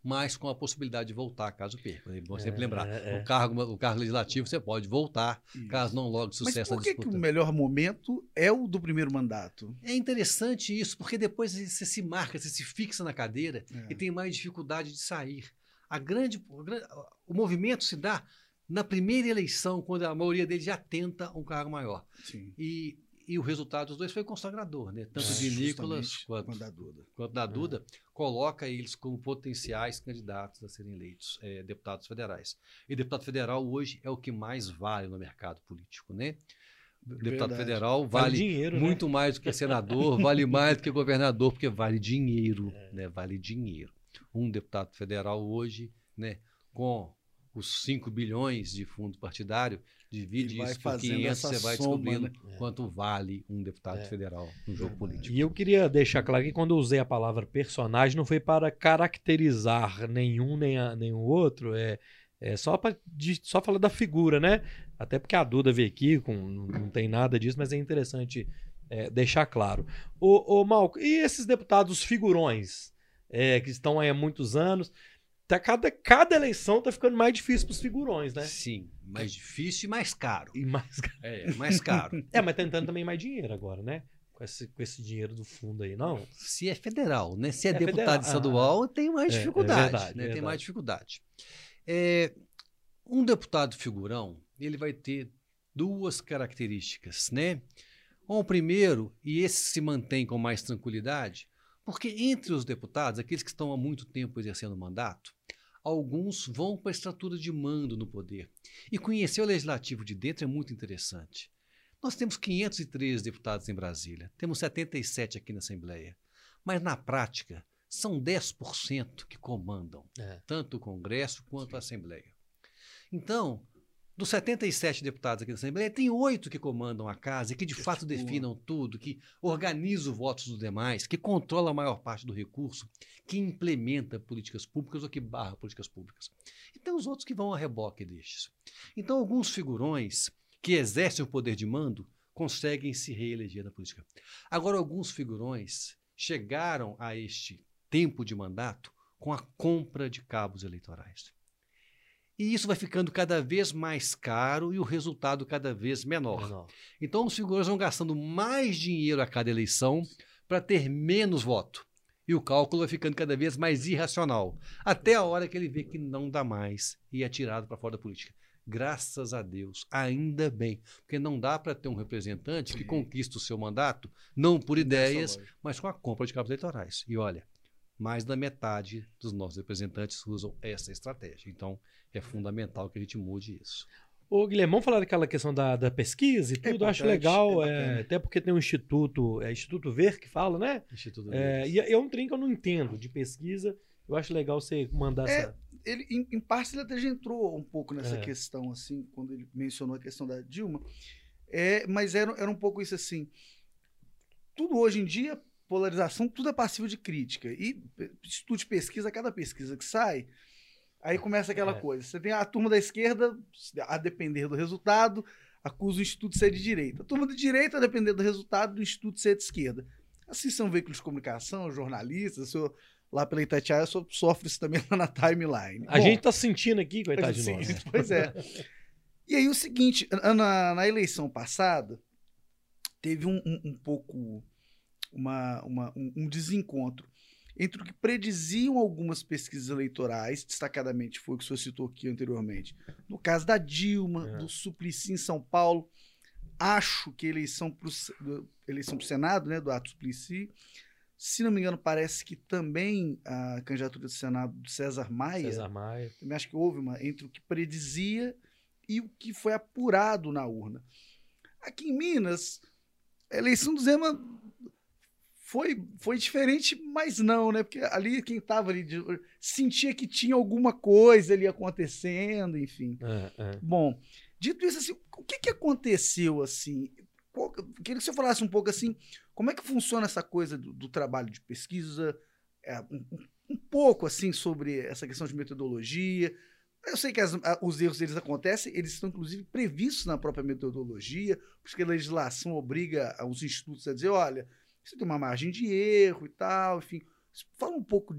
mas com a possibilidade de voltar caso perca. É bom sempre É, lembrar. é. O, cargo, o cargo legislativo você pode voltar Isso. caso não logre Mas sucesso por na que, que disputa. o melhor momento é o do primeiro mandato? É interessante isso, porque depois você se marca, você se fixa na cadeira É. e tem mais dificuldade de sair. A grande, o, gran- o movimento se dá na primeira eleição, quando a maioria deles já tenta um cargo maior. Sim. E, e o resultado dos dois foi consagrador, né? Tanto É, de Nicolas justamente quanto, quando a Duda. quanto da Duda, coloca eles como potenciais candidatos a serem eleitos eh, deputados federais. E deputado federal hoje é o que mais vale no mercado político, né? Deputado Verdade. federal Vale vale, dinheiro, né? muito mais do que senador, vale mais do que governador, porque vale dinheiro, né? Vale dinheiro. Um deputado federal hoje, né, com os cinco bilhões de fundo partidário, divide E vai isso por fazendo quinhentos, essa você vai soma, descobrindo né? quanto vale um deputado É. federal no jogo Verdade. político. E eu queria deixar claro que quando eu usei a palavra personagem, não foi para caracterizar nenhum nem, a, nem o outro, é, é só para só falar da figura, né? Até porque a Duda veio aqui, com, não, não tem nada disso, mas é interessante é, deixar claro. Ô, ô Malco, e esses deputados figurões é, que estão aí há muitos anos? Tá, cada, cada eleição tá ficando mais difícil para os figurões, né? Sim, mais difícil e mais caro. E mais... É, mais caro. É, mas tentando também mais dinheiro agora, né? Com esse, com esse dinheiro do fundo aí, não? Se é federal, né? Se é, É deputado federal. estadual, tem mais É, é dificuldade. verdade, né? Tem verdade. mais dificuldade. É, um deputado figurão, ele vai ter duas características, né? Bom, o primeiro, e esse se mantém com mais tranquilidade, porque entre os deputados, aqueles que estão há muito tempo exercendo o mandato, alguns vão para a estrutura de mando no poder. E conhecer o legislativo de dentro é muito interessante. Nós temos quinhentos e treze deputados em Brasília, temos setenta e sete aqui na Assembleia, mas na prática são dez por cento que comandam, É. tanto o Congresso quanto a Assembleia. Então, dos setenta e sete deputados aqui na Assembleia, tem oito que comandam a casa e que de Que fato articulam. definam tudo, que organizam os votos dos demais, que controlam a maior parte do recurso, que implementa políticas públicas ou que barra políticas públicas. E tem os outros que vão a reboque destes. Então, alguns figurões que exercem o poder de mando conseguem se reeleger na política. Agora, alguns figurões chegaram a este tempo de mandato com a compra de cabos eleitorais. E isso vai ficando cada vez mais caro e o resultado cada vez menor. Menor. Então, os figurões vão gastando mais dinheiro a cada eleição para ter menos voto. E o cálculo vai ficando cada vez mais irracional, até a hora que ele vê que não dá mais e é tirado para fora da política. Graças a Deus, ainda bem, porque não dá para ter um representante que conquista o seu mandato, não por ideias, lógica. mas com a compra de cabos eleitorais. E olha, mais da metade dos nossos representantes usam essa estratégia. Então, é fundamental que a gente mude isso. Ô, Guilherme, vamos falar daquela questão da, da pesquisa e tudo. Eu acho importante, legal, é é, bacana. até porque tem um instituto, é Instituto Ver que fala, né? Instituto É, e é um trem que eu não entendo de pesquisa. Eu acho legal você mandar É, essa. Ele, em, em parte, ele até já entrou um pouco nessa É. questão, assim, quando ele mencionou a questão da Dilma. É, mas era, era um pouco isso assim. Tudo hoje em dia, polarização, tudo é passivo de crítica. E instituto de pesquisa, cada pesquisa que sai, aí começa aquela É. coisa. Você tem a turma da esquerda, a depender do resultado, acusa o instituto de ser de direita. A turma de direita, a depender do resultado, do instituto de ser de esquerda. Assim são veículos de comunicação, jornalistas, o senhor, lá pela Itatiaia, so- sofre isso também lá na timeline. A Bom, gente tá sentindo aqui, coitado de Sim, nós. pois é. E aí o seguinte, na, na eleição passada, teve um, um, um pouco uma, uma- um, um desencontro entre o que prediziam algumas pesquisas eleitorais, destacadamente foi o que o senhor citou aqui anteriormente, no caso da Dilma, É. do Suplicy em São Paulo, acho que a eleição para o eleição pro Senado, né, do Ato Suplicy, se não me engano, parece que também a candidatura do Senado do César Maia, César Maia. também acho que houve uma entre o que predizia e o que foi apurado na urna. Aqui em Minas, a eleição do Zema foi, foi diferente, mas não, né? Porque ali quem estava ali de- sentia que tinha alguma coisa ali acontecendo, enfim. É, é. Bom, dito isso, assim, o que, que aconteceu assim? Qual- queria que você falasse um pouco assim, como é que funciona essa coisa do, do trabalho de pesquisa, é, um, um- um pouco assim sobre essa questão de metodologia. Eu sei que as- a- os erros eles acontecem, eles estão inclusive previstos na própria metodologia, porque a legislação obriga os institutos a dizer, olha, você tem uma margem de erro e tal, enfim. Fala um pouco disso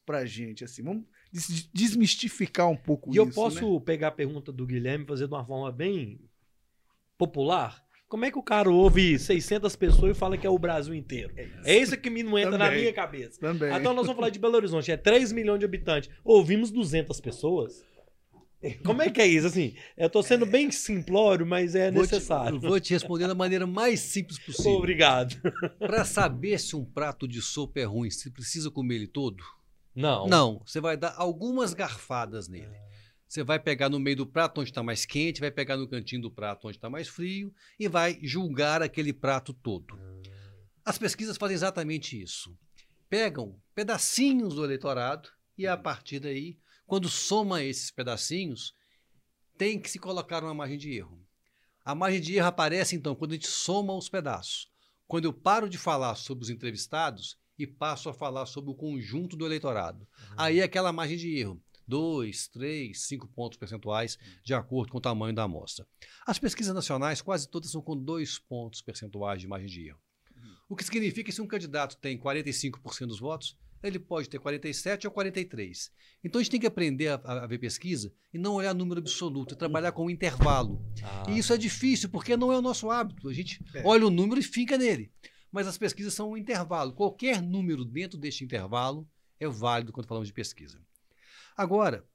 pra gente, assim. Vamos des- desmistificar um pouco E isso, eu posso né? pegar a pergunta do Guilherme e fazer de uma forma bem popular? Como é que o cara ouve seiscentas pessoas e fala que é o Brasil inteiro? É isso que me não entra na Também. minha cabeça. Também. Então nós vamos falar de Belo Horizonte, é três milhões de habitantes. Ouvimos duzentas pessoas? Como é que é isso? Assim, eu tô sendo bem simplório, mas é Vou te- necessário. eu vou te responder da maneira mais simples possível. Obrigado. Para saber se um prato de sopa é ruim, você precisa comer ele todo? Não. Não, você vai dar algumas garfadas nele. Você vai pegar no meio do prato onde está mais quente, vai pegar no cantinho do prato onde está mais frio e vai julgar aquele prato todo. As pesquisas fazem exatamente isso. Pegam pedacinhos do eleitorado e a partir daí, quando soma esses pedacinhos, tem que se colocar uma margem de erro. A margem de erro aparece então quando a gente soma os pedaços. Quando eu paro de falar sobre os entrevistados e passo a falar sobre o conjunto do eleitorado. Uhum. Aí é aquela margem de erro. Dois, três, cinco pontos percentuais de acordo com o tamanho da amostra. As pesquisas nacionais, quase todas são com dois pontos percentuais de margem de erro. Uhum. O que significa que se um candidato tem quarenta e cinco por cento dos votos, ele pode ter quarenta e sete ou quarenta e três. Então a gente tem que aprender a, a ver pesquisa e não olhar número absoluto, e trabalhar com um intervalo. Ah. E isso é difícil, porque não é o nosso hábito. A gente é. olha o número e fica nele. Mas as pesquisas são um intervalo. Qualquer número dentro deste intervalo é válido quando falamos de pesquisa. Agora,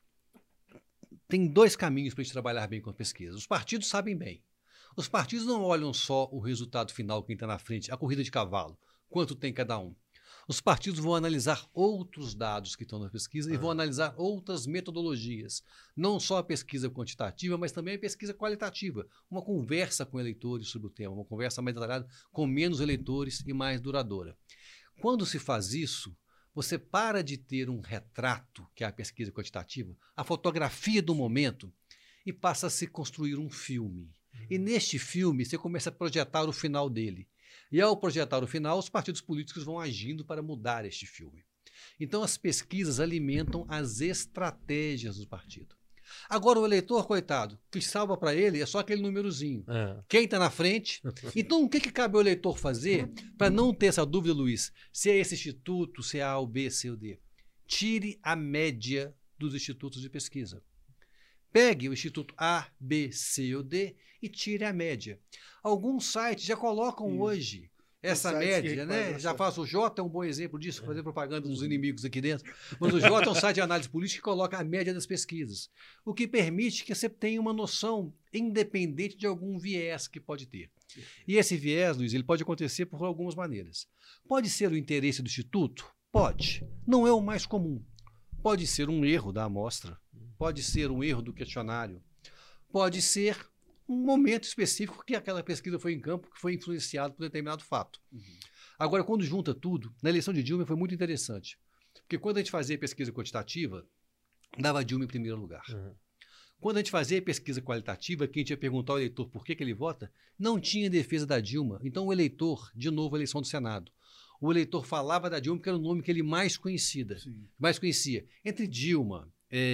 tem dois caminhos para a gente trabalhar bem com a pesquisa. Os partidos sabem bem. Os partidos não olham só o resultado final, quem está na frente, a corrida de cavalo, quanto tem cada um. Os partidos vão analisar outros dados que estão na pesquisa ah. e vão analisar outras metodologias. Não só a pesquisa quantitativa, mas também a pesquisa qualitativa. Uma conversa com eleitores sobre o tema, uma conversa mais detalhada com menos eleitores e mais duradoura. Quando se faz isso, você para de ter um retrato, que é a pesquisa quantitativa, a fotografia do momento, e passa a se construir um filme. Uhum. E neste filme, você começa a projetar o final dele. E ao projetar o final, os partidos políticos vão agindo para mudar este filme. Então, as pesquisas alimentam as estratégias do partido. Agora, o eleitor, coitado, o que salva para ele é só aquele númerozinho. É. Quem está na frente? Então, o que, que cabe ao eleitor fazer para não ter essa dúvida, Luiz? Se é esse instituto, se é A, ou B, C ou D? Tire a média dos institutos de pesquisa. Pegue o instituto A, B, C ou D e tire a média. Alguns sites já colocam Isso. hoje essa média, né? Já faço o Jota é um bom exemplo disso, fazer propaganda dos inimigos aqui dentro. Mas o Jota é um site de análise política que coloca a média das pesquisas, o que permite que você tenha uma noção independente de algum viés que pode ter. E esse viés, Luiz, ele pode acontecer por algumas maneiras. Pode ser o interesse do instituto? Pode. Não é o mais comum. Pode ser um erro da amostra, pode ser um erro do questionário, pode ser um momento específico que aquela pesquisa foi em campo, que foi influenciado por determinado fato. Uhum. Agora, quando junta tudo, na eleição de Dilma foi muito interessante, porque quando a gente fazia pesquisa quantitativa, dava Dilma em primeiro lugar. Uhum. Quando a gente fazia pesquisa qualitativa, quem tinha perguntar ao eleitor por que, que ele vota, não tinha defesa da Dilma. Então o eleitor, de novo, a eleição do Senado, o eleitor falava da Dilma porque era o nome que ele mais conhecia. mais conhecia. Entre Dilma,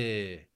é,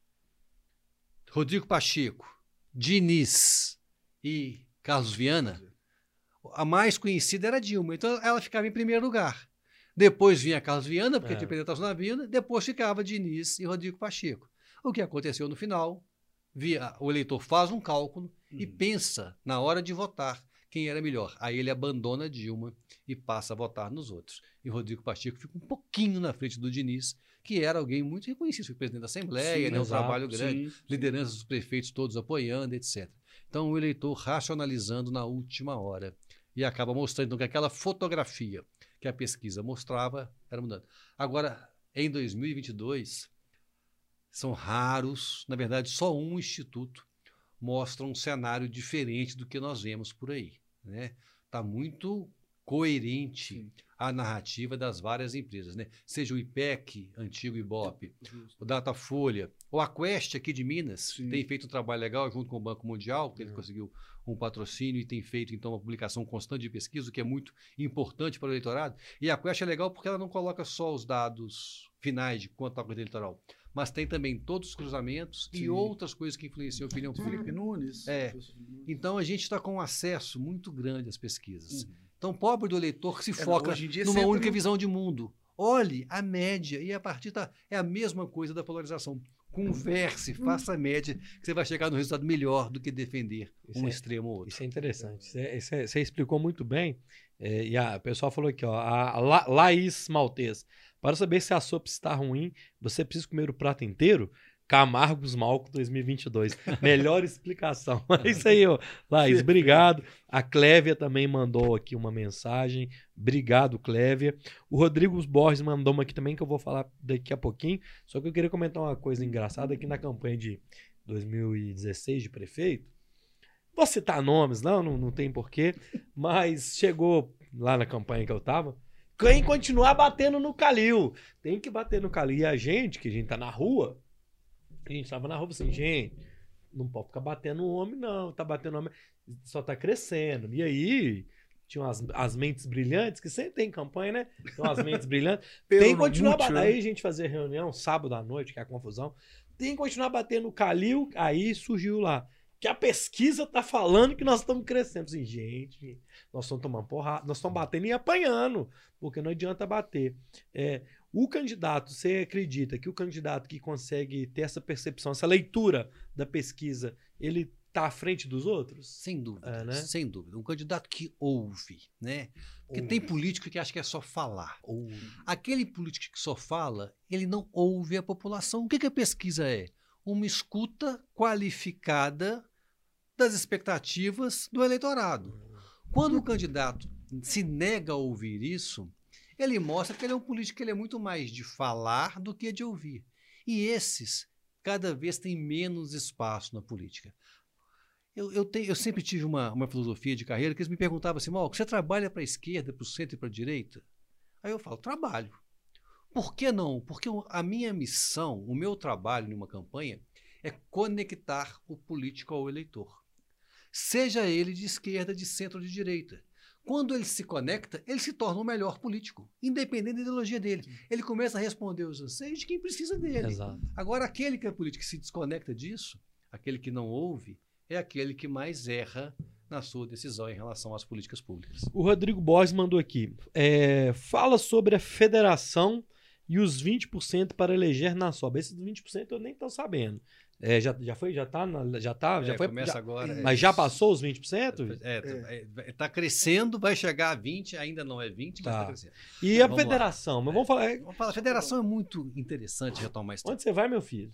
Rodrigo Pacheco, Diniz e Carlos Viana, a mais conhecida era Dilma. Então ela ficava em primeiro lugar. Depois vinha Carlos Viana, porque é. tinha penetração na vida, depois ficava Diniz e Rodrigo Pacheco. O que aconteceu no final, via, o eleitor faz um cálculo uhum. e pensa, na hora de votar, quem era melhor. Aí ele abandona Dilma e passa a votar nos outros. E Rodrigo Pacheco fica um pouquinho na frente do Diniz, que era alguém muito reconhecido, foi presidente da Assembleia, sim, né, um trabalho grande, sim, lideranças dos prefeitos todos apoiando, etcétera. Então o eleitor racionalizando na última hora e acaba mostrando então, que aquela fotografia que a pesquisa mostrava era mudando. Agora, em dois mil e vinte e dois, são raros, na verdade só um instituto mostra um cenário diferente do que nós vemos por aí. Né? Tá muito coerente Sim. a narrativa das várias empresas, né? Seja o I P E C, antigo Ibope, o Datafolha, ou a Quest aqui de Minas, Sim. tem feito um trabalho legal junto com o Banco Mundial, que é. ele conseguiu um patrocínio e tem feito então uma publicação constante de pesquisa, o que é muito importante para o eleitorado. E a Quest é legal porque ela não coloca só os dados finais de quanto está a corrida eleitoral, mas tem também todos os cruzamentos Sim. e outras coisas que influenciam a opinião pública. Felipe Nunes. É. Então a gente está com um acesso muito grande às pesquisas. Uhum. Então, pobre do eleitor que se é, foca numa única não... visão de mundo. olhe a média e a partir da... É a mesma coisa da polarização. Converse, faça a média, que você vai chegar no resultado melhor do que defender Isso um é- extremo ou outro. Isso é interessante. Isso é- isso é- Você explicou muito bem. É, e a, o pessoal falou aqui, ó, a La- Laís Maltês. Para saber se a sopa está ruim, você precisa comer o prato inteiro? Camargos Malco dois mil e vinte e dois. Melhor explicação. É isso aí, ó. Laís, obrigado. A Clévia também mandou aqui uma mensagem. Obrigado, Clévia. O Rodrigo Borges mandou uma aqui também, que eu vou falar daqui a pouquinho. Só que eu queria comentar uma coisa engraçada aqui na campanha de dois mil e dezesseis de prefeito. Vou citar nomes, não, não, não tem porquê. Mas chegou lá na campanha que eu tava. Quem continuar batendo no Calil. Tem que bater no Calil. E a gente, que a gente tá na rua, a gente tava na rua assim, gente, não pode ficar batendo no homem, não. Tá batendo no homem, só tá crescendo. E aí, tinham as, as mentes brilhantes, que sempre tem campanha, né? Então, as mentes brilhantes. Pelo Tem que no continuar mútil, batendo. né? Aí a gente fazia reunião sábado à noite, que é a confusão. Tem que continuar batendo no Calil. Aí surgiu lá. Que a pesquisa tá falando que nós estamos crescendo. Assim, gente, nós estamos tomando porrada, nós estamos batendo e apanhando, porque não adianta bater. É, o candidato, você acredita que o candidato que consegue ter essa percepção, essa leitura da pesquisa, ele tá à frente dos outros? Sem dúvida, É, né? sem dúvida. Um candidato que ouve, né? Porque tem político que acha que é só falar. Aquele político que só fala, ele não ouve a população. O que, que a pesquisa é? Uma escuta qualificada das expectativas do eleitorado. Quando o candidato se nega a ouvir isso, ele mostra que ele é um político que ele é muito mais de falar do que de ouvir. E esses, cada vez, têm menos espaço na política. Eu, eu, tenho, eu sempre tive uma, uma filosofia de carreira que eles me perguntavam assim, Malco, você trabalha para a esquerda, para o centro e para a direita? Aí eu falo, trabalho. Por que não? Porque a minha missão, o meu trabalho numa campanha é conectar o político ao eleitor. Seja ele de esquerda, de centro ou de direita. Quando ele se conecta, ele se torna o melhor político, independente da ideologia dele. Ele começa a responder os anseios de quem precisa dele. Exato. Agora, aquele que é político que se desconecta disso, aquele que não ouve, é aquele que mais erra na sua decisão em relação às políticas públicas. O Rodrigo Borges mandou aqui. É, fala sobre a federação e os vinte por cento para eleger na soba. Esses vinte por cento eu nem estou sabendo. É, já, já foi? Já tá? na- Já tá? Já É, foi? começa já- agora. Mas já passou os vinte por cento? Está crescendo, vai chegar a vinte, ainda não é vinte, mas Tá. está crescendo. E a Vamos lá. federação? Mas vamos falar. Vamos falar, a federação é muito interessante retomar isso. Onde você vai, meu filho?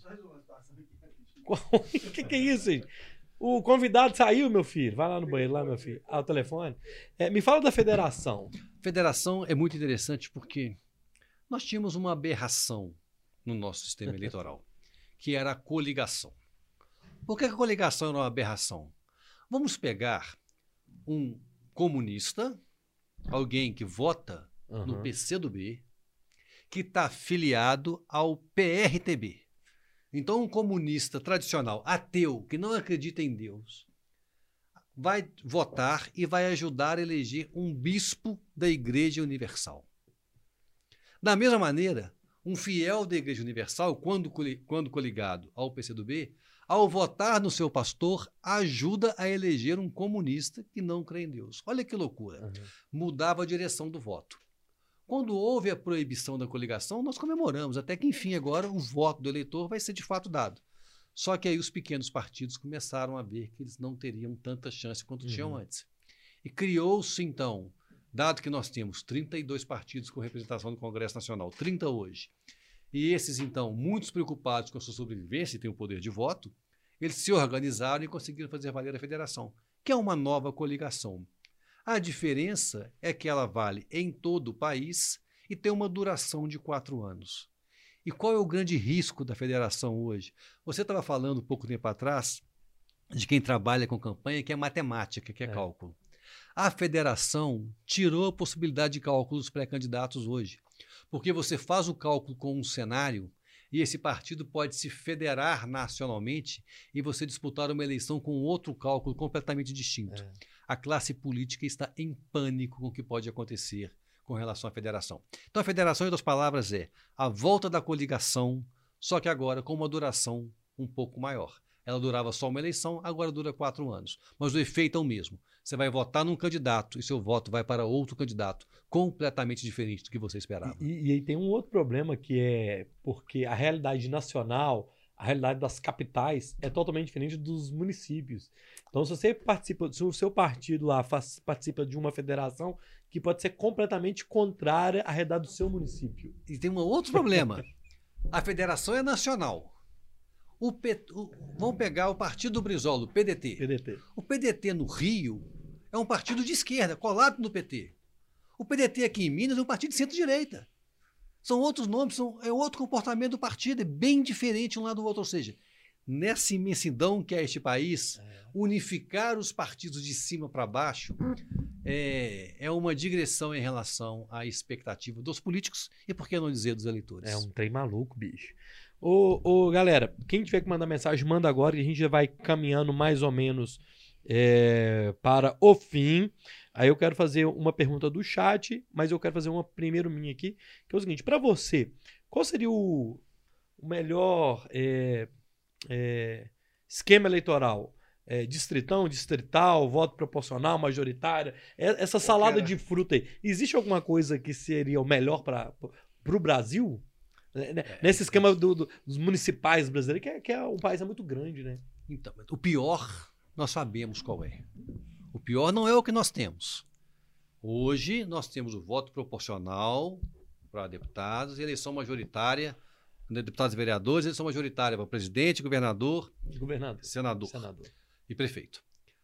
O que, que é isso, gente? O convidado saiu, meu filho. Vai lá no banheiro, lá, meu filho. Ah, o telefone. É, me fala da federação. Federação é muito interessante porque nós tínhamos uma aberração no nosso sistema eleitoral, que era a coligação. Por que a coligação era uma aberração? Vamos pegar um comunista, alguém que vota no Uhum. P C do B, que está afiliado ao P R T B. Então, um comunista tradicional, ateu, que não acredita em Deus, vai votar e vai ajudar a eleger um bispo da Igreja Universal. Da mesma maneira, um fiel da Igreja Universal, quando, coli- quando coligado ao P C do B, ao votar no seu pastor, ajuda a eleger um comunista que não crê em Deus. Olha que loucura. Uhum. Mudava a direção do voto. Quando houve a proibição da coligação, nós comemoramos, até que, enfim, agora o voto do eleitor vai ser de fato dado. Só que aí os pequenos partidos começaram a ver que eles não teriam tanta chance quanto Uhum. tinham antes. E criou-se, então, dado que nós temos trinta e dois partidos com representação no Congresso Nacional, trinta hoje, e esses, então, muitos preocupados com a sua sobrevivência e têm o poder de voto, eles se organizaram e conseguiram fazer valer a federação, que é uma nova coligação. A diferença é que ela vale em todo o país e tem uma duração de quatro anos. E qual é o grande risco da federação hoje? Você estava falando um pouco tempo atrás de quem trabalha com campanha, que é matemática, que é, É. cálculo. A federação tirou a possibilidade de cálculo dos pré-candidatos hoje, porque você faz o cálculo com um cenário e esse partido pode se federar nacionalmente e você disputar uma eleição com outro cálculo completamente distinto. É. A classe política está em pânico com o que pode acontecer com relação à federação. Então, a federação, em outras palavras, é a volta da coligação, só que agora com uma duração um pouco maior. Ela durava só uma eleição, agora dura quatro anos. Mas o efeito é o mesmo. Você vai votar num candidato e seu voto vai para outro candidato, completamente diferente do que você esperava. E, e aí tem um outro problema que é porque a realidade nacional, a realidade das capitais é totalmente diferente dos municípios. Então, se você participa, se o seu partido lá faz, participa de uma federação que pode ser completamente contrária à realidade do seu município. E tem um outro problema. A federação é nacional. O P, o, vamos pegar o Partido do Brizola, o P D T. P D T. O P D T no Rio é um partido de esquerda, colado no P T. O P D T aqui em Minas é um partido de centro-direita. São outros nomes, são, é outro comportamento do partido, é bem diferente um lado do outro. Ou seja, nessa imensidão que é este país, é. unificar os partidos de cima para baixo é, é uma digressão em relação à expectativa dos políticos e, por que não dizer, dos eleitores. É um trem maluco, bicho. Ô, ô, galera, quem tiver que mandar mensagem, manda agora que a gente já vai caminhando mais ou menos é, para o fim. Aí eu quero fazer uma pergunta do chat, mas eu quero fazer uma primeiro minha aqui, que é o seguinte, para você, qual seria o, o melhor é, é, esquema eleitoral? É, distritão, distrital, voto proporcional, majoritária, é, essa salada cara. de fruta aí, existe alguma coisa que seria o melhor para o Brasil? É, Nesse esquema do, do, dos municipais brasileiros, que, é, que é, um país é muito grande, né? Então, o pior, nós sabemos qual é. O pior não é o que nós temos. Hoje, nós temos o voto proporcional para deputados e eleição majoritária, deputados e vereadores, eleição majoritária para presidente, governador, governador senador, senador e prefeito.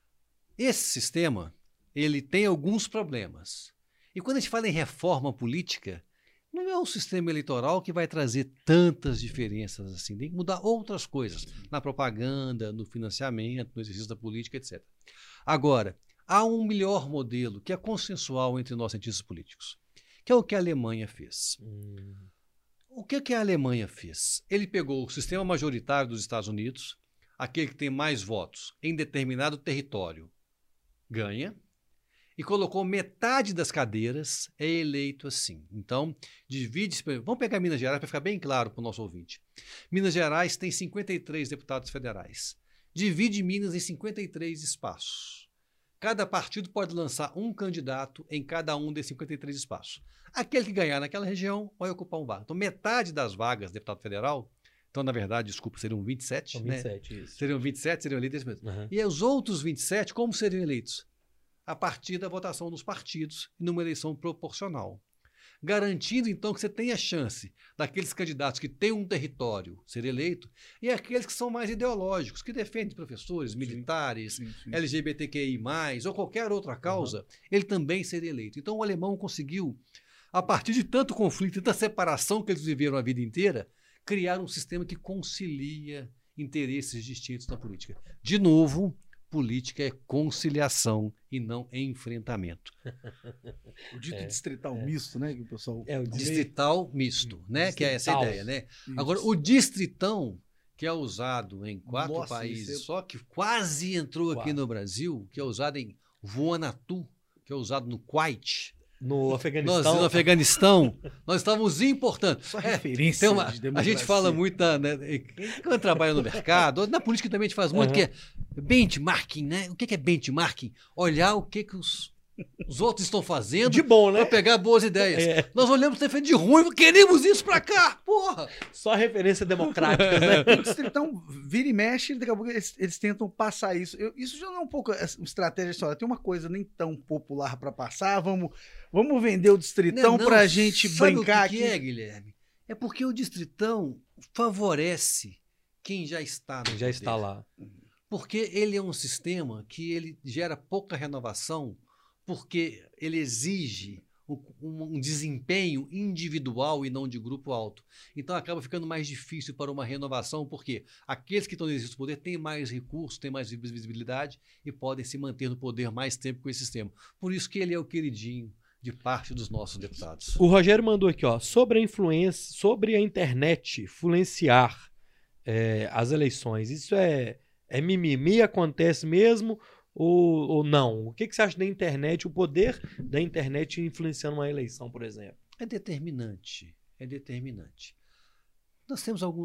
Esse sistema, ele tem alguns problemas. E quando a gente fala em reforma política, não é um sistema eleitoral que vai trazer tantas diferenças assim. Tem que mudar outras coisas na propaganda, no financiamento, no exercício da política, etcétera. Agora, há um melhor modelo que é consensual entre nós cientistas políticos, que é o que a Alemanha fez. Hum. O que, que a Alemanha fez? Ele pegou o sistema majoritário dos Estados Unidos, aquele que tem mais votos em determinado território, ganha, e colocou metade das cadeiras, é eleito assim. Então, divide... Vamos pegar Minas Gerais para ficar bem claro para o nosso ouvinte. Minas Gerais tem cinquenta e três deputados federais. Divide Minas em cinquenta e três espaços. Cada partido pode lançar um candidato em cada um desses cinquenta e três espaços. Aquele que ganhar naquela região vai ocupar um vaga. Então, metade das vagas de deputado federal, então, na verdade, desculpa, seriam vinte e sete, São vinte e sete, né? isso. Seriam vinte e sete, seriam eleitos mesmo. Uhum. E os outros vinte e sete, como seriam eleitos? A partir da votação dos partidos numa eleição proporcional. Garantindo, então, que você tenha a chance daqueles candidatos que têm um território ser eleito e aqueles que são mais ideológicos, que defendem professores, sim, militares, sim, sim. L G B T Q I mais, ou qualquer outra causa, uhum. ele também seria eleito. Então, o alemão conseguiu, a partir de tanto conflito e tanta separação que eles viveram a vida inteira, criar um sistema que concilia interesses distintos na política. De novo, política é conciliação e não enfrentamento. O dito é, distrital é. misto, né? Que o pessoal... É o distrital misto, né? Distrital. Que é essa a ideia, né? Isso. Agora, o distritão, que é usado em quatro Nossa, países, é... só que quase entrou quase. aqui no Brasil, que é usado em Vanuatu, que é usado no Kuwait. No Afeganistão. Nós, no Afeganistão, nós estávamos importando. Só é, referência uma, de A gente fala muito, né, quando trabalha no mercado, na política também a gente faz muito, uhum. que é benchmarking, né? O que é benchmarking? Olhar o que, que os, os outros estão fazendo de bom, né? para pegar boas ideias. É. Nós olhamos ter feito de ruim, queremos isso para cá, porra! Só referência democrática, né? O distritão vira e mexe, daqui a pouco eles, eles tentam passar isso. Eu, isso já não é um pouco uma estratégia só. Tem uma coisa nem tão popular para passar, vamos... Vamos vender o distritão para a gente sabe brincar o que aqui. Que é, Guilherme? É porque o distritão favorece quem já está no já poder. está lá. Porque ele é um sistema que ele gera pouca renovação, porque ele exige um, um desempenho individual e não de grupo alto. Então acaba ficando mais difícil para uma renovação, porque aqueles que estão no exercício do poder têm mais recursos, têm mais visibilidade e podem se manter no poder mais tempo com esse sistema. Por isso que ele é o queridinho de parte dos nossos deputados. O Rogério mandou aqui, ó, sobre a influência, sobre a internet influenciar é, as eleições. Isso é, é mimimi, acontece mesmo ou, ou não? O que, que você acha da internet, o poder da internet influenciando uma eleição, por exemplo? É determinante, é determinante. Nós temos algum...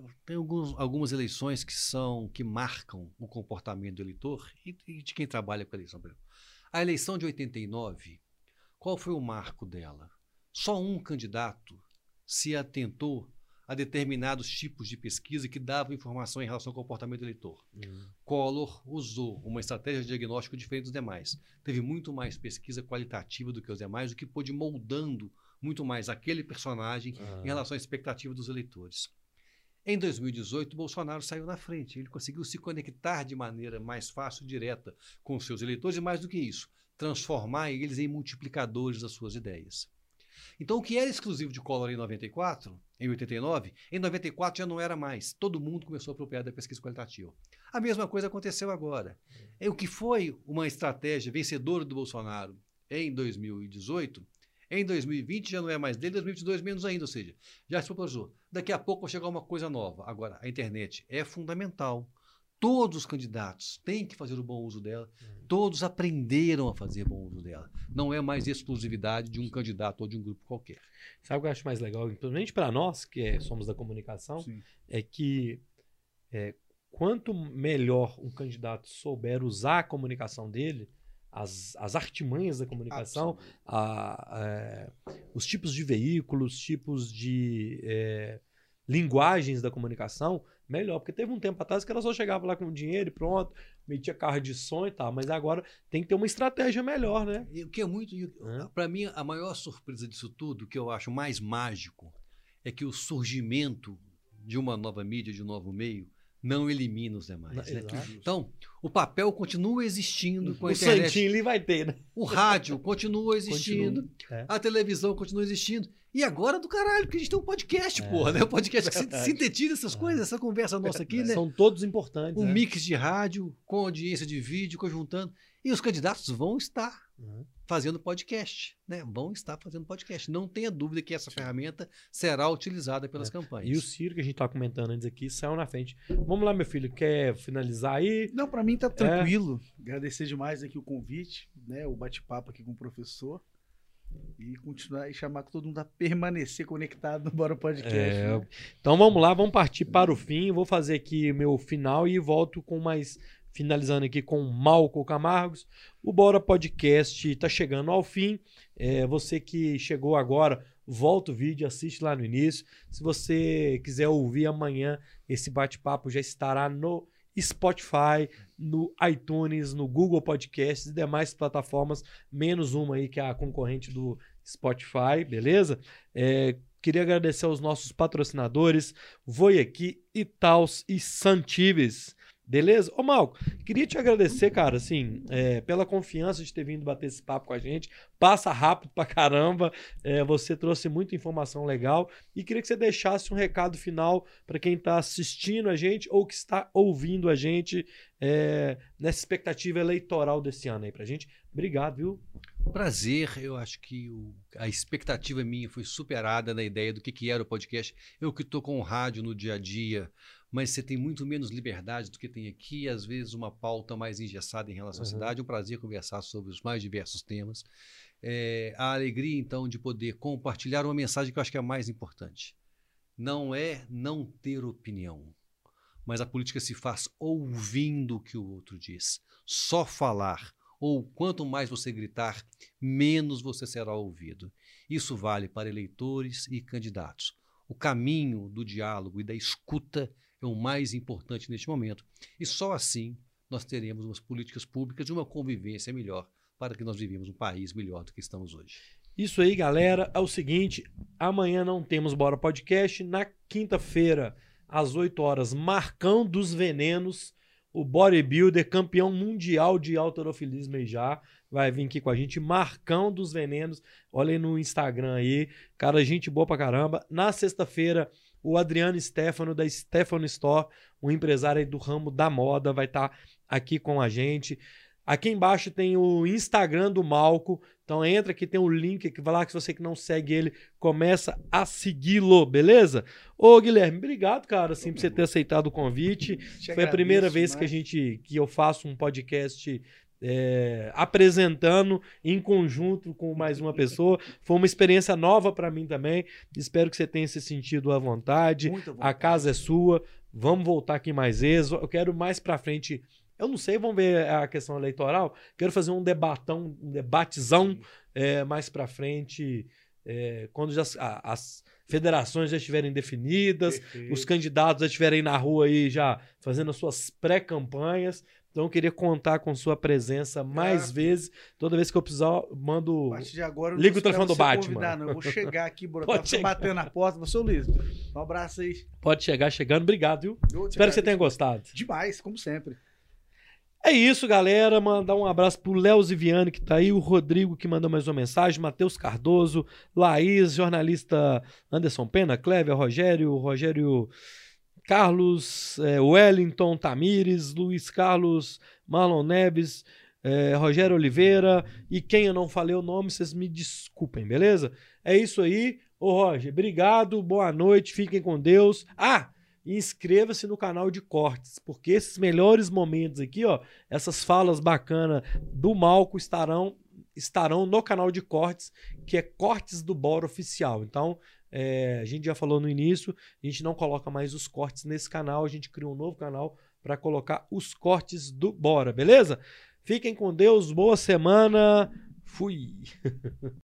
tem alguns, algumas eleições que são, que marcam o comportamento do eleitor e, e de quem trabalha com a eleição. Por exemplo, a eleição de oitenta e nove, qual foi o marco dela? Só um candidato se atentou a determinados tipos de pesquisa que davam informação em relação ao comportamento do eleitor. Uhum. Collor usou uma estratégia de diagnóstico diferente dos demais. Teve muito mais pesquisa qualitativa do que os demais, o que pôde moldando muito mais aquele personagem uhum. em relação à expectativa dos eleitores. Em dois mil e dezoito, Bolsonaro saiu na frente. Ele conseguiu se conectar de maneira mais fácil e direta com os seus eleitores e, mais do que isso, transformar eles em multiplicadores das suas ideias. Então, o que era exclusivo de Collor em noventa e quatro, em oitenta e nove, em noventa e quatro já não era mais. Todo mundo começou a apropriar da pesquisa qualitativa. A mesma coisa aconteceu agora. É, o que foi uma estratégia vencedora do Bolsonaro em dois mil e dezoito, em dois mil e vinte já não é mais dele, em dois mil e vinte e dois menos ainda, ou seja, já se propôs. Daqui a pouco vai chegar uma coisa nova. Agora, a internet é fundamental. Todos os candidatos têm que fazer o bom uso dela. Todos aprenderam a fazer bom uso dela. Não é mais exclusividade de um candidato ou de um grupo qualquer. Sabe o que eu acho mais legal, principalmente para nós, que é, somos da comunicação, Sim. é que é, quanto melhor um candidato souber usar a comunicação dele, as, as artimanhas da comunicação, a, a, os tipos de veículos, tipos de é, linguagens da comunicação, melhor, porque teve um tempo atrás que ela só chegava lá com dinheiro e pronto, metia carro de som e tal, mas agora tem que ter uma estratégia melhor, né? O que é muito, para mim, a maior surpresa disso tudo, que eu acho mais mágico, é que o surgimento de uma nova mídia, de um novo meio, não elimina os demais. Né? Então, o papel continua existindo com a o internet. O santinho ali vai ter, né? O rádio continua existindo, continua. É. A televisão continua existindo. E agora do caralho, porque a gente tem um podcast, é. porra, né? Um podcast que Verdade. sintetiza essas é. coisas, essa conversa nossa aqui, né? São todos importantes. Um é. mix de rádio, com audiência de vídeo, conjuntando. E os candidatos vão estar uhum. fazendo podcast, né? Vão estar fazendo podcast. Não tenha dúvida que essa ferramenta será utilizada pelas é. campanhas. E o Ciro, que a gente estava comentando antes aqui, saiu na frente. Vamos lá, meu filho, quer finalizar aí? Não, para mim tá tranquilo. É. Agradecer demais aqui o convite, né? O bate-papo aqui com o professor. E continuar e chamar todo mundo a permanecer conectado no Bora Podcast. É, né? Então vamos lá, vamos partir para o fim. Vou fazer aqui meu final e volto com mais. Finalizando aqui com Malco Camargos. O Bora Podcast está chegando ao fim. É, você que chegou agora, volta o vídeo, assiste lá no início. Se você quiser ouvir amanhã, esse bate-papo já estará no Spotify, no iTunes, no Google Podcasts e demais plataformas, menos uma aí que é a concorrente do Spotify, beleza? É, queria agradecer aos nossos patrocinadores, Voiaqui, Itaús e Santibes. Beleza? Ô, Malco, queria te agradecer, cara, assim, é, pela confiança de ter vindo bater esse papo com a gente. Passa rápido pra caramba. É, você trouxe muita informação legal. E queria que você deixasse um recado final para quem está assistindo a gente ou que está ouvindo a gente é, nessa expectativa eleitoral desse ano aí pra gente. Obrigado, viu? Prazer. Eu acho que o, a expectativa minha foi superada na ideia do que, que era o podcast. Eu que estou com o rádio no dia a dia, mas você tem muito menos liberdade do que tem aqui, às vezes uma pauta mais engessada em relação uhum. à cidade. É um prazer conversar sobre os mais diversos temas. É, a alegria, então, de poder compartilhar uma mensagem que eu acho que é a mais importante. Não é não ter opinião, mas a política se faz ouvindo o que o outro diz. Só falar, ou quanto mais você gritar, menos você será ouvido. Isso vale para eleitores e candidatos. O caminho do diálogo e da escuta é o mais importante neste momento. E só assim nós teremos umas políticas públicas e uma convivência melhor para que nós vivemos um país melhor do que estamos hoje. Isso aí, galera. É o seguinte, amanhã não temos Bora Podcast. Na quinta-feira, às oito horas, Marcão dos Venenos, o bodybuilder, campeão mundial de halterofilismo aí já, vai vir aqui com a gente, Marcão dos Venenos. Olha aí no Instagram aí, cara, gente boa pra caramba. Na sexta-feira, o Adriano Stefano, da Stefano Store, um empresário aí do ramo da moda, vai estar tá aqui com a gente. Aqui embaixo tem o Instagram do Malco, então entra aqui, tem o link aqui, vai lá que se você que não segue ele, começa a segui-lo, beleza? Ô Guilherme, obrigado, cara, assim, por você ter aceitado o convite. Foi a primeira vez que a gente, que eu faço um podcast é, apresentando em conjunto com mais uma pessoa. Foi uma experiência nova para mim também. Espero que você tenha se sentido à vontade. Muita vontade. A casa é sua. Vamos voltar aqui mais vezes. Eu quero mais para frente. Eu não sei, vamos ver a questão eleitoral. Quero fazer um debatão, um debatezão é, mais para frente, é, quando já, a, as federações já estiverem definidas, Perfeito. os candidatos já estiverem na rua aí já fazendo as suas pré-campanhas. Então eu queria contar com sua presença mais Ah, vezes. Toda vez que eu precisar, mando. A partir de agora, eu não Liga vou o telefone esperar do você Batman. convidar, não. Eu vou chegar aqui, brotar, Pode você chegar. batendo na porta. Você, Luiz, um abraço aí. Pode chegar chegando. Obrigado, viu? Eu te Espero que você tenha agradeço gostado. demais, como sempre. É isso, galera. Mandar um abraço pro Léo Ziviani, que tá aí, o Rodrigo, que mandou mais uma mensagem, Matheus Cardoso, Laís, jornalista Anderson Pena, Clévia, Rogério, Rogério Carlos, é, Wellington Tamires, Luiz Carlos, Marlon Neves, é, Rogério Oliveira, e quem eu não falei o nome, vocês me desculpem, beleza? É isso aí. Ô, Roger, obrigado, boa noite, fiquem com Deus. Ah! E inscreva-se no canal de cortes, porque esses melhores momentos aqui, ó, essas falas bacanas do Malco estarão, estarão no canal de cortes, que é Cortes do Bora Oficial. Então, é, a gente já falou no início, a gente não coloca mais os cortes nesse canal, a gente criou um novo canal para colocar os cortes do Bora, beleza? Fiquem com Deus, boa semana, fui!